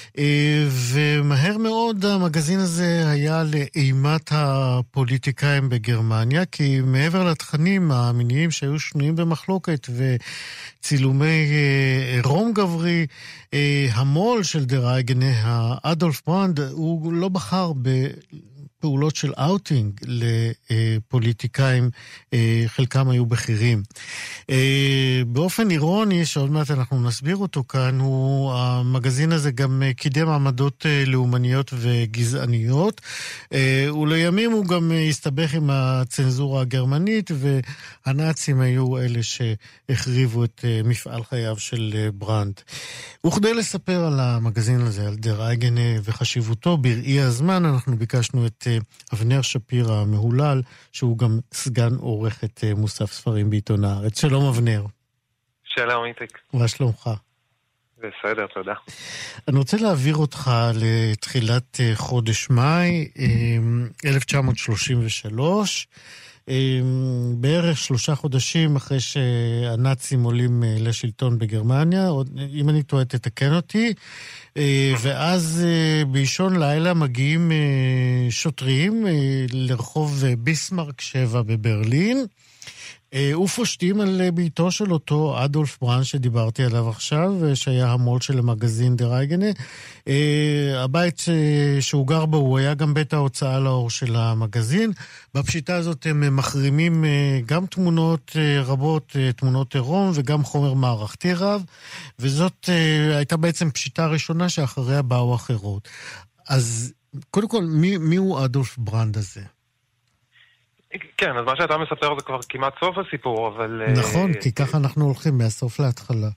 ומהר מאוד המגזין הזה היה לאימת הפוליטיקאים בגרמניה, כי מעבר לתכנים המיניים שהיו שנויים במחלוקת וצילומי רום גברי, המול של דר אייגנה, האדולף ברנד, הוא לא בחר ב... פעולות של אאוטינג לפוליטיקאים, חלקם היו בכירים. באופן אירוני, שעוד מעט אנחנו נסביר אותו כאן, הוא, המגזין הזה גם קידם עמדות לאומניות וגזעניות, ולימים הוא גם הסתבך עם הצנזורה הגרמנית, והנאצים היו אלה שהחריבו את מפעל חייו של ברנד. וכדי לספר על המגזין הזה, על דר אייגנה וחשיבותו, בראי הזמן אנחנו ביקשנו את אבנר שפירא המהולל, שהוא גם סגן עורכת מוסף ספרים בעיתון הארץ. שלום אבנר. שלום איתק. מה שלומך? בסדר, תודה. אני רוצה להעביר אותך לתחילת חודש מאי אלף תשע מאות שלושים ושלוש, בערך שלושה חודשים אחרי שהנאצים עולים לשלטון בגרמניה, אם אני טועה תתקן אותי, ואז באישון לילה מגיעים שוטרים לרחוב ביסמרק שבע בברלין, ופושטים על ביתו של אותו אדולף ברנד שדיברתי עליו עכשיו, שהיה המול של המגזין דה רייגנה. הבית שהוא גר בו הוא היה גם בית ההוצאה לאור של המגזין. בפשיטה הזאת הם מחרימים גם תמונות רבות, תמונות עירום וגם חומר מערכתי רב, וזאת הייתה בעצם פשיטה ראשונה שאחריה באו אחרות. אז קודם כל, מי, מי הוא אדולף ברנד הזה? כן, אז מה שאתה מספר זה כבר כמעט סוף הסיפור, אבל... נכון, כי ככה אנחנו הולכים מהסוף להתחלה.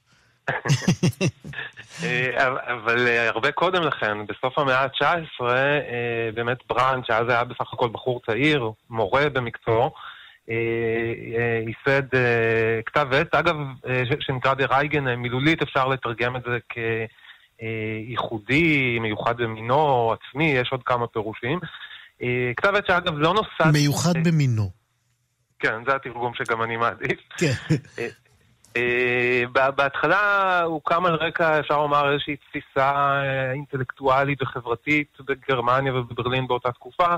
אבל הרבה קודם לכן, בסוף המאה ה-תשע עשרה, באמת ברנד, שאז היה בסך הכל בחור צעיר, מורה במקצועו, ייסד כתב עת, אגב, שנקרא דה רייגן, מילולית אפשר לתרגם את זה כייחודי, מיוחד במינו, עצמי, יש עוד כמה פירושים. כתב עת שאגב לא נוסד... מיוחד במינו. כן, זה התרגום שגם אני מעדיף. כן. בהתחלה הוא קם על רקע, אפשר לומר, איזושהי תפיסה אינטלקטואלית וחברתית בגרמניה ובברלין באותה תקופה,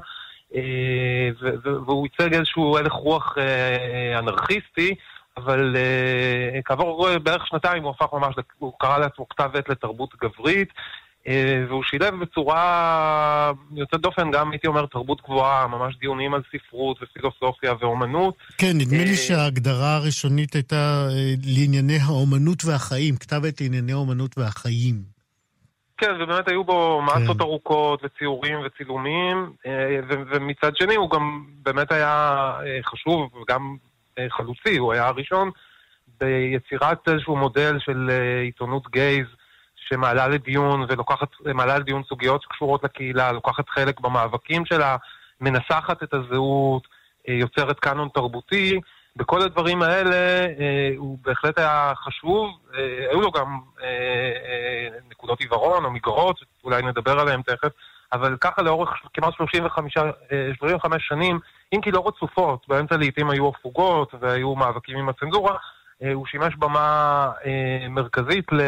והוא ייצג איזשהו הלך רוח אנרכיסטי, אבל כעבור בערך שנתיים הוא הפך ממש, הוא קרא לעצמו כתב עת לתרבות גברית, והוא שילב בצורה יוצאת דופן גם, הייתי אומר, תרבות גבוהה, ממש דיונים על ספרות ופילוסופיה ואומנות. כן, נדמה לי שההגדרה הראשונית הייתה לענייני האומנות והחיים, כתב עת לענייני האומנות והחיים. כן, ובאמת היו בו מסות ארוכות וציורים וצילומים, ומצד שני הוא גם באמת היה חשוב וגם חלוצי, הוא היה הראשון ביצירת איזשהו מודל של עיתונות גייז, שמעלה לדיון ולוקחת, מעלה לדיון סוגיות שקשורות לקהילה, לוקחת חלק במאבקים שלה, מנסחת את הזהות, יוצרת קאנון תרבותי. בכל הדברים האלה הוא בהחלט היה חשוב. היו לו גם נקודות עיוורון או מגרות, אולי נדבר עליהם תכף, אבל ככה לאורך כמעט שלושים וחמש שנים, אם כי לא רצופות, באמצע לעתים היו הפוגות והיו מאבקים עם הצנזורה, הוא שימש במה מרכזית ל...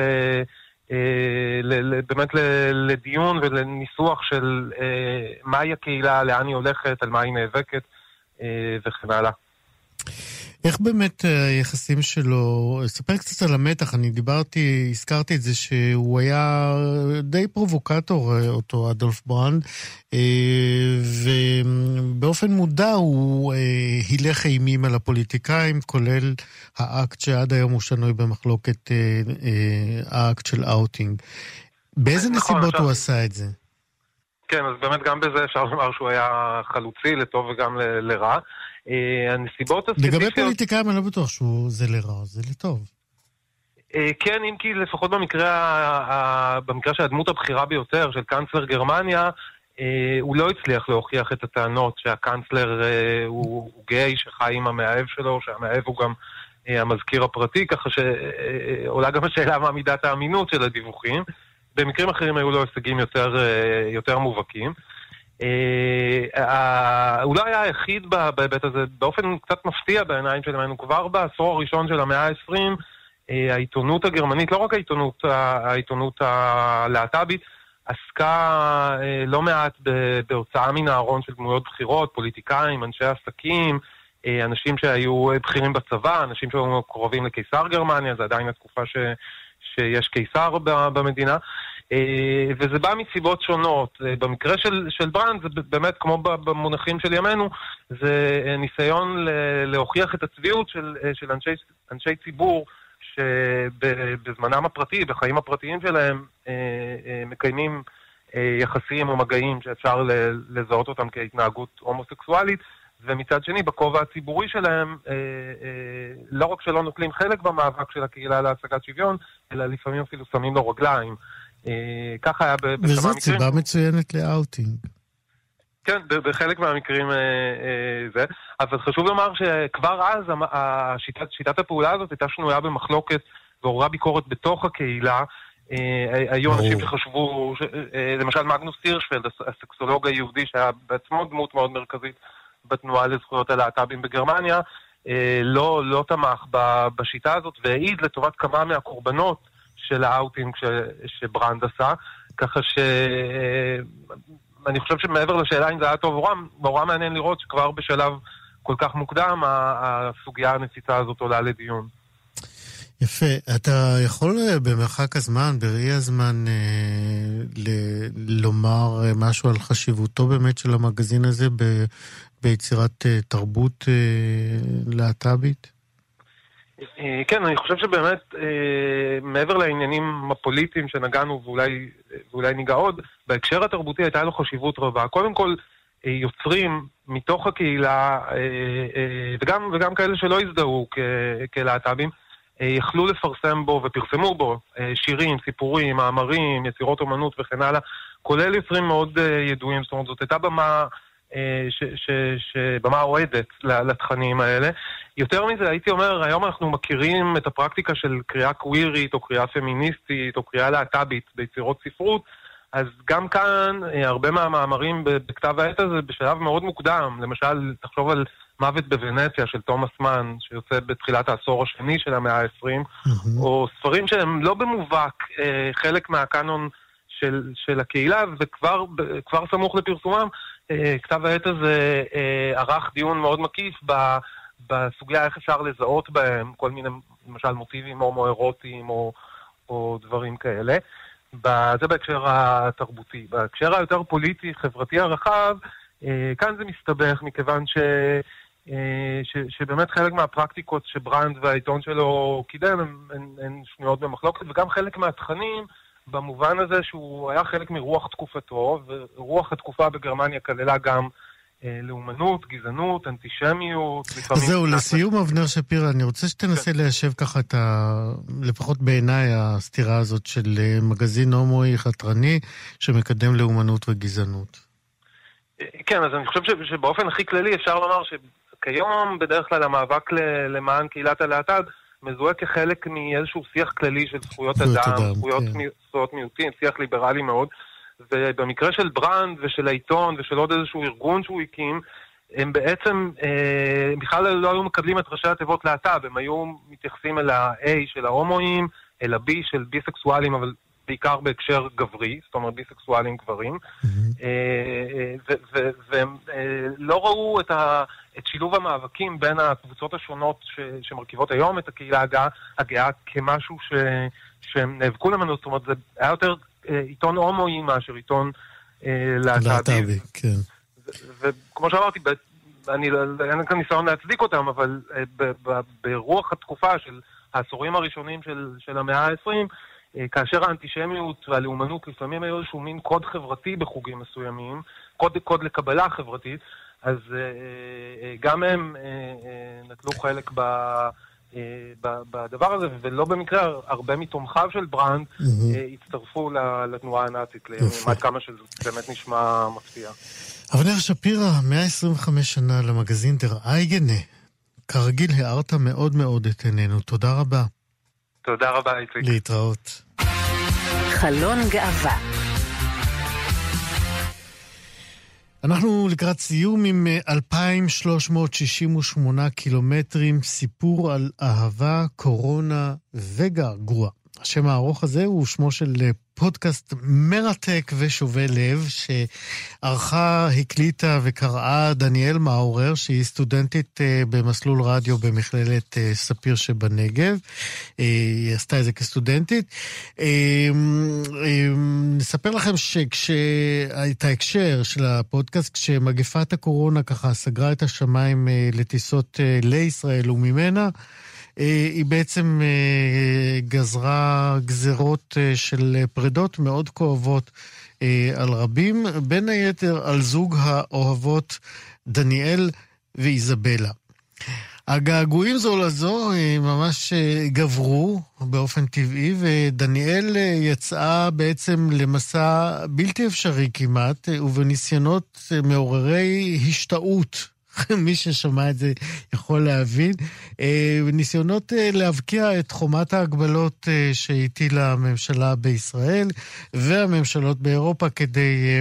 באמת לדיון ולניסוח של מהי הקהילה, לאן היא הולכת, על מה היא נאבקת וכן הלאה. איך באמת היחסים שלו, ספר קצת על המתח, אני דיברתי, הזכרתי את זה שהוא היה די פרובוקטור אותו אדולף ברנד, ובאופן מודע הוא הילך אימים על הפוליטיקאים, כולל האקט שעד היום הוא שנוי במחלוקת, האקט של אאוטינג. באיזה נסיבות הוא עשה את זה? כן, אז באמת גם בזה אפשר לומר שהוא היה חלוצי, לטוב וגם לרע. הנסיבות הספציפיות... לגבי פוליטיקאים אני לא בטוח שזה לרע, זה לטוב. כן, אם כי לפחות במקרה, במקרה של הדמות הבכירה ביותר, של קאנצלר גרמניה, הוא לא הצליח להוכיח את הטענות שהקאנצלר הוא גיי, שחי עם המאהב שלו, שהמאהב הוא גם המזכיר הפרטי, ככה שעולה גם השאלה מה מידת האמינות של הדיווחים. במקרים אחרים היו לו הישגים יותר, יותר מובהקים. הוא לא היה היחיד בהיבט הזה, באופן קצת מפתיע בעיניים שלנו, כבר בעשור הראשון של המאה ה-עשרים, העיתונות הגרמנית, לא רק העיתונות, העיתונות הלהט"בית, עסקה לא מעט בהוצאה מן הארון של דמויות בחירות, פוליטיקאים, אנשי עסקים, אנשים שהיו בכירים בצבא, אנשים שהיו קרובים לקיסר גרמניה, זה עדיין התקופה ש... שיש קיסר במדינה, וזה בא מסיבות שונות. במקרה של, של ברנד, זה באמת כמו במונחים של ימינו, זה ניסיון להוכיח את הצביעות של, של אנשי, אנשי ציבור, שבזמנם הפרטי, בחיים הפרטיים שלהם, מקיימים יחסים או מגעים שאפשר לזהות אותם כהתנהגות הומוסקסואלית, ומצד שני, בכובע הציבורי שלהם, אה, אה, לא רק שלא נוטלים חלק במאבק של הקהילה להשגת שוויון, אלא לפעמים אפילו שמים לו רגליים. אה, ככה היה בכמה מקרים. וזאת סיבה מצוינת לאאוטינג. כן, בחלק מהמקרים אה, אה, זה. אבל חשוב לומר שכבר אז השיטת, שיטת הפעולה הזאת הייתה שנויה במחלוקת ועוררה ביקורת בתוך הקהילה. אה, היו אנשים שחשבו, ש, אה, למשל מגנוס הירשפלד, הסקסולוג היהודי שהיה בעצמו דמות מאוד מרכזית, בתנועה לזכויות הלהט"בים בגרמניה, לא, לא תמך בשיטה הזאת, והעיד לטובת כמה מהקורבנות של האאוטינג שברנד עשה, ככה שאני חושב שמעבר לשאלה אם זה היה טוב או רע, נורא מעניין לראות שכבר בשלב כל כך מוקדם, הסוגיה הנציצה הזאת עולה לדיון. יפה. אתה יכול במרחק הזמן, בראי הזמן, ל- לומר משהו על חשיבותו באמת של המגזין הזה ב- ביצירת תרבות להט"בית? כן, אני חושב שבאמת מעבר לעניינים הפוליטיים שנגענו ואולי, ואולי ניגע עוד, בהקשר התרבותי הייתה לו חשיבות רבה. קודם כל, יוצרים מתוך הקהילה, וגם, וגם כאלה שלא הזדהו כ- כלהט"בים, יכלו לפרסם בו ופרסמו בו שירים, סיפורים, מאמרים, יצירות אומנות וכן הלאה, כולל יוצרים מאוד ידועים. זאת אומרת, זאת הייתה במה, ש, ש, ש, במה אוהדת לתכנים האלה. יותר מזה, הייתי אומר, היום אנחנו מכירים את הפרקטיקה של קריאה קווירית או קריאה פמיניסטית או קריאה להט"בית ביצירות ספרות, אז גם כאן הרבה מהמאמרים בכתב העת הזה בשלב מאוד מוקדם. למשל, תחשוב על מוות בוונציה של תומאס מן, שיוצא בתחילת העשור השני של המאה ה-עשרים, mm-hmm. או ספרים שהם לא במובהק אה, חלק מהקאנון של, של הקהילה, וכבר כבר סמוך לפרסומם, אה, כתב העת הזה אה, ערך דיון מאוד מקיף ב, בסוגיה איך אפשר לזהות בהם כל מיני, למשל, מוטיבים הומואירוטיים או, או דברים כאלה. זה בהקשר התרבותי. בהקשר היותר פוליטי, חברתי הרחב, כאן זה מסתבך, מכיוון ש, ש, שבאמת חלק מהפרקטיקות שברנד והעיתון שלו קידם, הן, הן שנויות במחלוקת, וגם חלק מהתכנים, במובן הזה שהוא היה חלק מרוח תקופתו, ורוח התקופה בגרמניה כללה גם לאומנות, גזענות, אנטישמיות. אז זהו, לסיום אבנר שפירא, אני רוצה שתנסה ליישב ככה את ה... לפחות בעיניי הסתירה הזאת של מגזין הומואי חתרני שמקדם לאומנות וגזענות. כן, אז אני חושב שבאופן הכי כללי אפשר לומר שכיום בדרך כלל המאבק למען קהילת הלהט"ב מזוהה כחלק מאיזשהו שיח כללי של זכויות אדם, זכויות מיעוטים, שיח ליברלי מאוד. ובמקרה של ברנד ושל העיתון ושל עוד איזשהו ארגון שהוא הקים, הם בעצם אה, בכלל לא היו מקבלים את ראשי התיבות להט"ב, הם היו מתייחסים אל ה-A של ההומואים, אל ה-B של ביסקסואלים, אבל בעיקר בהקשר גברי, זאת אומרת ביסקסואלים גברים, mm-hmm. אה, והם אה, לא ראו את, ה, את שילוב המאבקים בין הקבוצות השונות ש, שמרכיבות היום את הקהילה הגאה, הגאה כמשהו ש, שהם נאבקו למנו, זאת אומרת זה היה יותר עיתון הומואי מאשר עיתון להט"בי. כן. וכמו שאמרתי, אני אין כאן ניסיון להצדיק אותם, אבל ברוח התקופה של העשורים הראשונים של המאה ה-עשרים, כאשר האנטישמיות והלאומנות לפעמים היו איזשהו מין קוד חברתי בחוגים מסוימים, קוד, קוד לקבלה חברתית, אז גם הם נטלו חלק ב... בדבר הזה, ולא במקרה הרבה מתומכיו של ברנד הצטרפו לתנועה הנאצית לימים, עד כמה שזה באמת נשמע מפתיע. אבנר שפירא, מאה עשרים וחמש שנה למגזין דר אייגנה. כרגיל הערת מאוד מאוד את עינינו. תודה רבה. תודה רבה, איציק. להתראות. חלון גאווה. אנחנו לקראת סיום עם אלפיים שלוש מאות שישים ושמונה קילומטרים, סיפור על אהבה, קורונה וגעגוע. השם הארוך הזה הוא שמו של פודקאסט מרתק ושובה לב, שערכה, הקליטה וקראה דניאל מאורר, שהיא סטודנטית במסלול רדיו במכללת ספיר שבנגב. היא עשתה את זה כסטודנטית. נספר לכם שאת ההקשר של הפודקאסט, כשמגפת הקורונה ככה סגרה את השמיים לטיסות לישראל וממנה, היא בעצם גזרה גזרות של פרדות מאוד כואבות על רבים, בין היתר על זוג האוהבות דניאל ואיזבלה. הגעגועים זו לזו ממש גברו באופן טבעי, ודניאל יצאה בעצם למסע בלתי אפשרי כמעט, ובניסיונות מעוררי השתאות, מי ששמע את זה יכול להבין, ניסיונות להבקיע את חומת ההגבלות שהטילה הממשלה בישראל והממשלות באירופה, כדי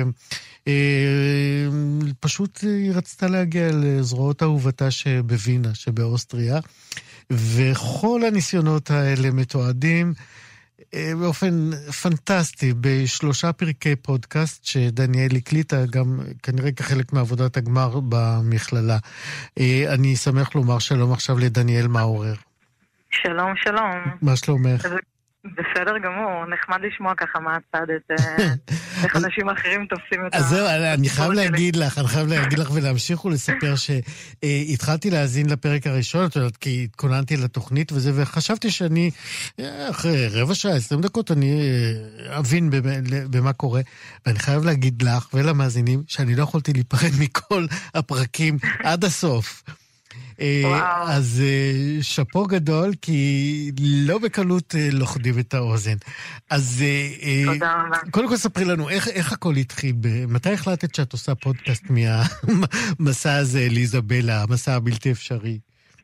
פשוט היא רצתה להגיע לזרועות אהובתה שבווינה, שבאוסטריה, וכל הניסיונות האלה מתועדים באופן פנטסטי בשלושה פרקי פודקאסט שדניאל הקליטה גם כנראה כחלק מעבודת הגמר במכללה. אני שמח לומר שלום עכשיו לדניאל מאורר. שלום, שלום. מה שלומך? בסדר גמור, נחמד לשמוע ככה מהצד את איך אנשים אחרים תופסים את ה... אז זהו, אני חייב להגיד לך, אני חייב להגיד לך ולהמשיך ולספר שהתחלתי להאזין לפרק הראשון, כי התכוננתי לתוכנית וזה, וחשבתי שאני, אחרי רבע שעה, עשרים דקות, אני אבין במה קורה, ואני חייב להגיד לך ולמאזינים שאני לא יכולתי להיפרד מכל הפרקים עד הסוף. אז שפו גדול, כי לא בקלות לוחדים את האוזן. אז קודם כל ספרי לנו, איך הכל התחיל? מתי החלטת שאת עושה פודקאסט מהמסע הזה, אליזבלה, המסע הבלתי אפשרי?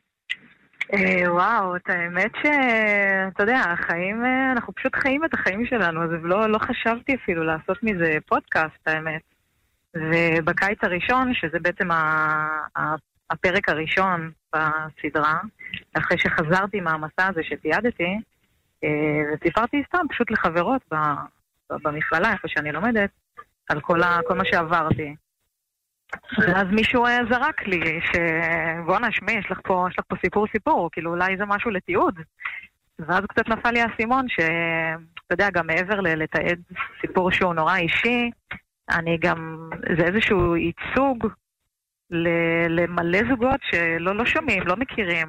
וואו, את האמת שאתה יודע, החיים, אנחנו פשוט חיים את החיים שלנו, אז לא חשבתי אפילו לעשות מזה פודקאסט, האמת. ובקיץ הראשון, שזה בעצם ה... הפרק הראשון בסדרה, אחרי שחזרתי מהמסע הזה שתיעדתי, וסיפרתי סתם פשוט לחברות במכללה, איפה שאני לומדת, על כל, ה, כל מה שעברתי. ואז מישהו זרק לי, שבוא נשמע, יש לך פה, יש לך פה סיפור סיפור, כאילו אולי זה משהו לתיעוד. ואז קצת נפל לי הסימון, שאתה יודע, גם מעבר לתעד סיפור שהוא נורא אישי, אני גם, זה איזשהו ייצוג, למלא זוגות שלא לא שומעים, לא מכירים.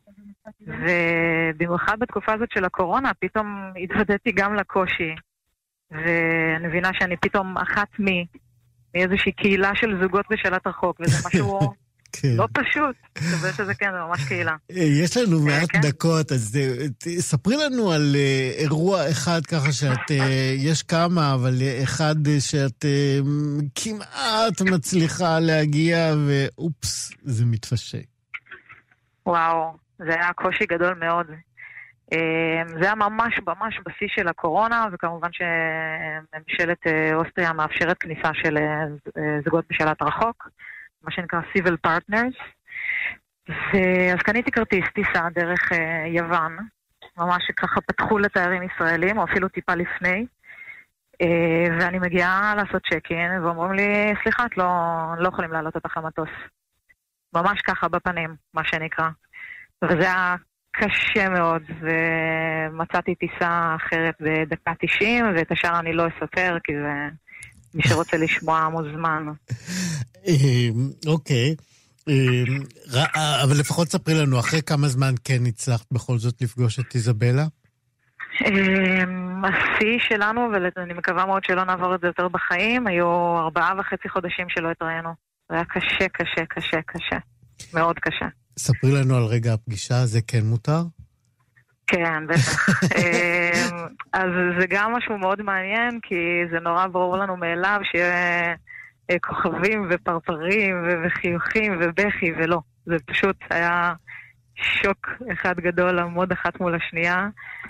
ובמיוחד בתקופה הזאת של הקורונה, פתאום התוודעתי גם לקושי. ואני מבינה שאני פתאום אחת מי, מאיזושהי קהילה של זוגות בשאלת רחוק, וזה משהו לא פשוט. זה שזה כן, זה ממש קהילה. יש לנו מעט דקות, אז ספרי לנו על אירוע אחד ככה שאת, יש כמה, אבל אחד שאת כמעט מצליחה להגיע, ואופס, זה מתפשק. וואו, זה היה קושי גדול מאוד. זה היה ממש ממש בשיא של הקורונה, וכמובן שממשלת אוסטריה מאפשרת כניסה של זוגות בשאלת רחוק, מה שנקרא Civil Partners. אז קניתי כרטיס טיסה דרך uh, יוון, ממש ככה פתחו לתיירים ישראלים, או אפילו טיפה לפני, uh, ואני מגיעה לעשות צ'ק-אין, ואומרים לי, סליחה, את לא, לא יכולים לעלות אותך למטוס. ממש ככה בפנים, מה שנקרא. וזה היה קשה מאוד, ומצאתי טיסה אחרת בדקה תשעים, ואת השאר אני לא אספר, כי זה מי שרוצה לשמוע מוזמן. אוקיי. אבל לפחות ספרי לנו, אחרי כמה זמן כן הצלחת בכל זאת לפגוש את איזבלה? השיא שלנו, ואני מקווה מאוד שלא נעבור את זה יותר בחיים, היו ארבעה וחצי חודשים שלא התראינו. זה היה קשה, קשה, קשה, קשה. מאוד קשה. ספרי לנו על רגע הפגישה, זה כן מותר? כן, בטח. אז זה גם משהו מאוד מעניין, כי זה נורא ברור לנו מאליו שיהיה כוכבים ופרפרים וחיוכים ובכי, ולא. זה פשוט היה שוק אחד גדול לעמוד אחת מול השנייה.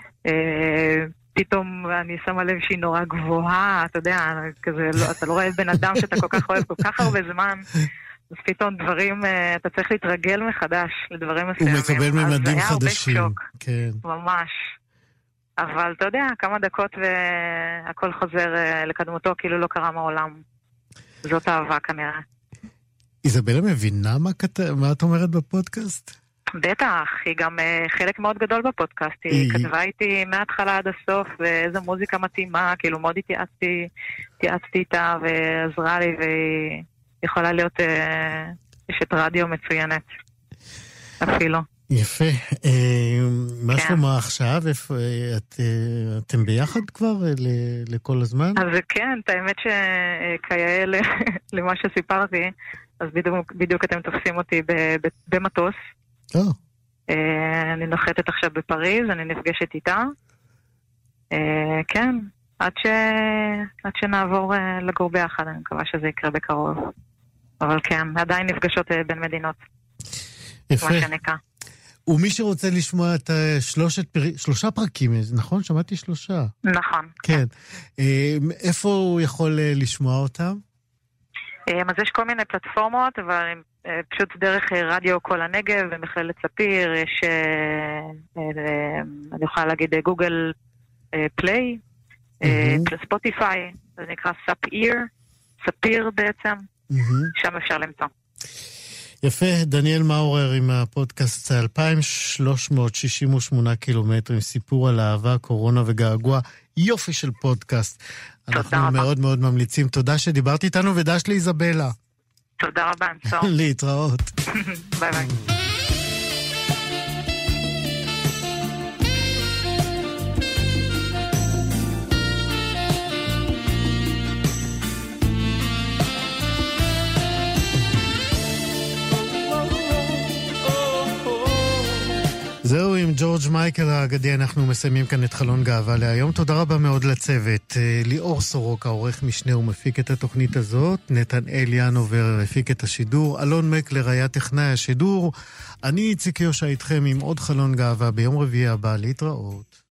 פתאום אני שמה לב שהיא נורא גבוהה, אתה יודע, כזה, אתה לא רואה בן אדם שאתה כל כך אוהב כל כך הרבה זמן, אז פתאום דברים, אתה צריך להתרגל מחדש לדברים מסוימים. הוא מקבל ממדים חדשים. כן. ממש. אבל אתה יודע, כמה דקות והכל חוזר לקדמותו, כאילו לא קרה מעולם. זאת אהבה כנראה. איזבלה מבינה מה, כת... מה את אומרת בפודקאסט? בטח, היא גם uh, חלק מאוד גדול בפודקאסט. היא, היא כתבה איתי מההתחלה עד הסוף, ואיזו מוזיקה מתאימה, כאילו מאוד התייעצתי, התייעצתי איתה ועזרה לי, והיא יכולה להיות uh, אשת רדיו מצוינת. אפילו. יפה. מה שלמה עכשיו? אתם ביחד כבר לכל הזמן? אז כן, את האמת שכיאה למה שסיפרתי, אז בדיוק אתם תופסים אותי במטוס. אני נוחתת עכשיו בפריז, אני נפגשת איתה. כן, עד שנעבור לגור ביחד, אני מקווה שזה יקרה בקרוב. אבל כן, עדיין נפגשות בין מדינות. יפה. ומי שרוצה לשמוע את שלושת פר... שלושה פרקים, נכון? שמעתי שלושה. נכון. כן. איפה הוא יכול לשמוע אותם? אז יש כל מיני פלטפורמות, אבל פשוט דרך רדיו כל הנגב ומכללת ספיר, יש, אני יכולה להגיד, גוגל פליי, ספוטיפיי, זה נקרא סאפיר, ספיר בעצם, שם אפשר למצוא. יפה, דניאל מאורר עם הפודקאסט אלפיים שלוש מאות שישים ושמונה קילומטרים, סיפור על אהבה, קורונה וגעגוע, יופי של פודקאסט. אנחנו מאוד מאוד ממליצים. תודה שדיברת איתנו ודש לאיזבלה. תודה רבה, אנסור. להתראות. ביי ביי. זהו, עם ג'ורג' מייקל האגדי אנחנו מסיימים כאן את חלון גאווה להיום. תודה רבה מאוד לצוות. ליאור סורוק, העורך משנה ומפיק את התוכנית הזאת. נתנאל ינובר הפיק את השידור. אלון מקלר היה טכנאי השידור. אני איציק יושע איתכם עם עוד חלון גאווה ביום רביעי הבא. להתראות.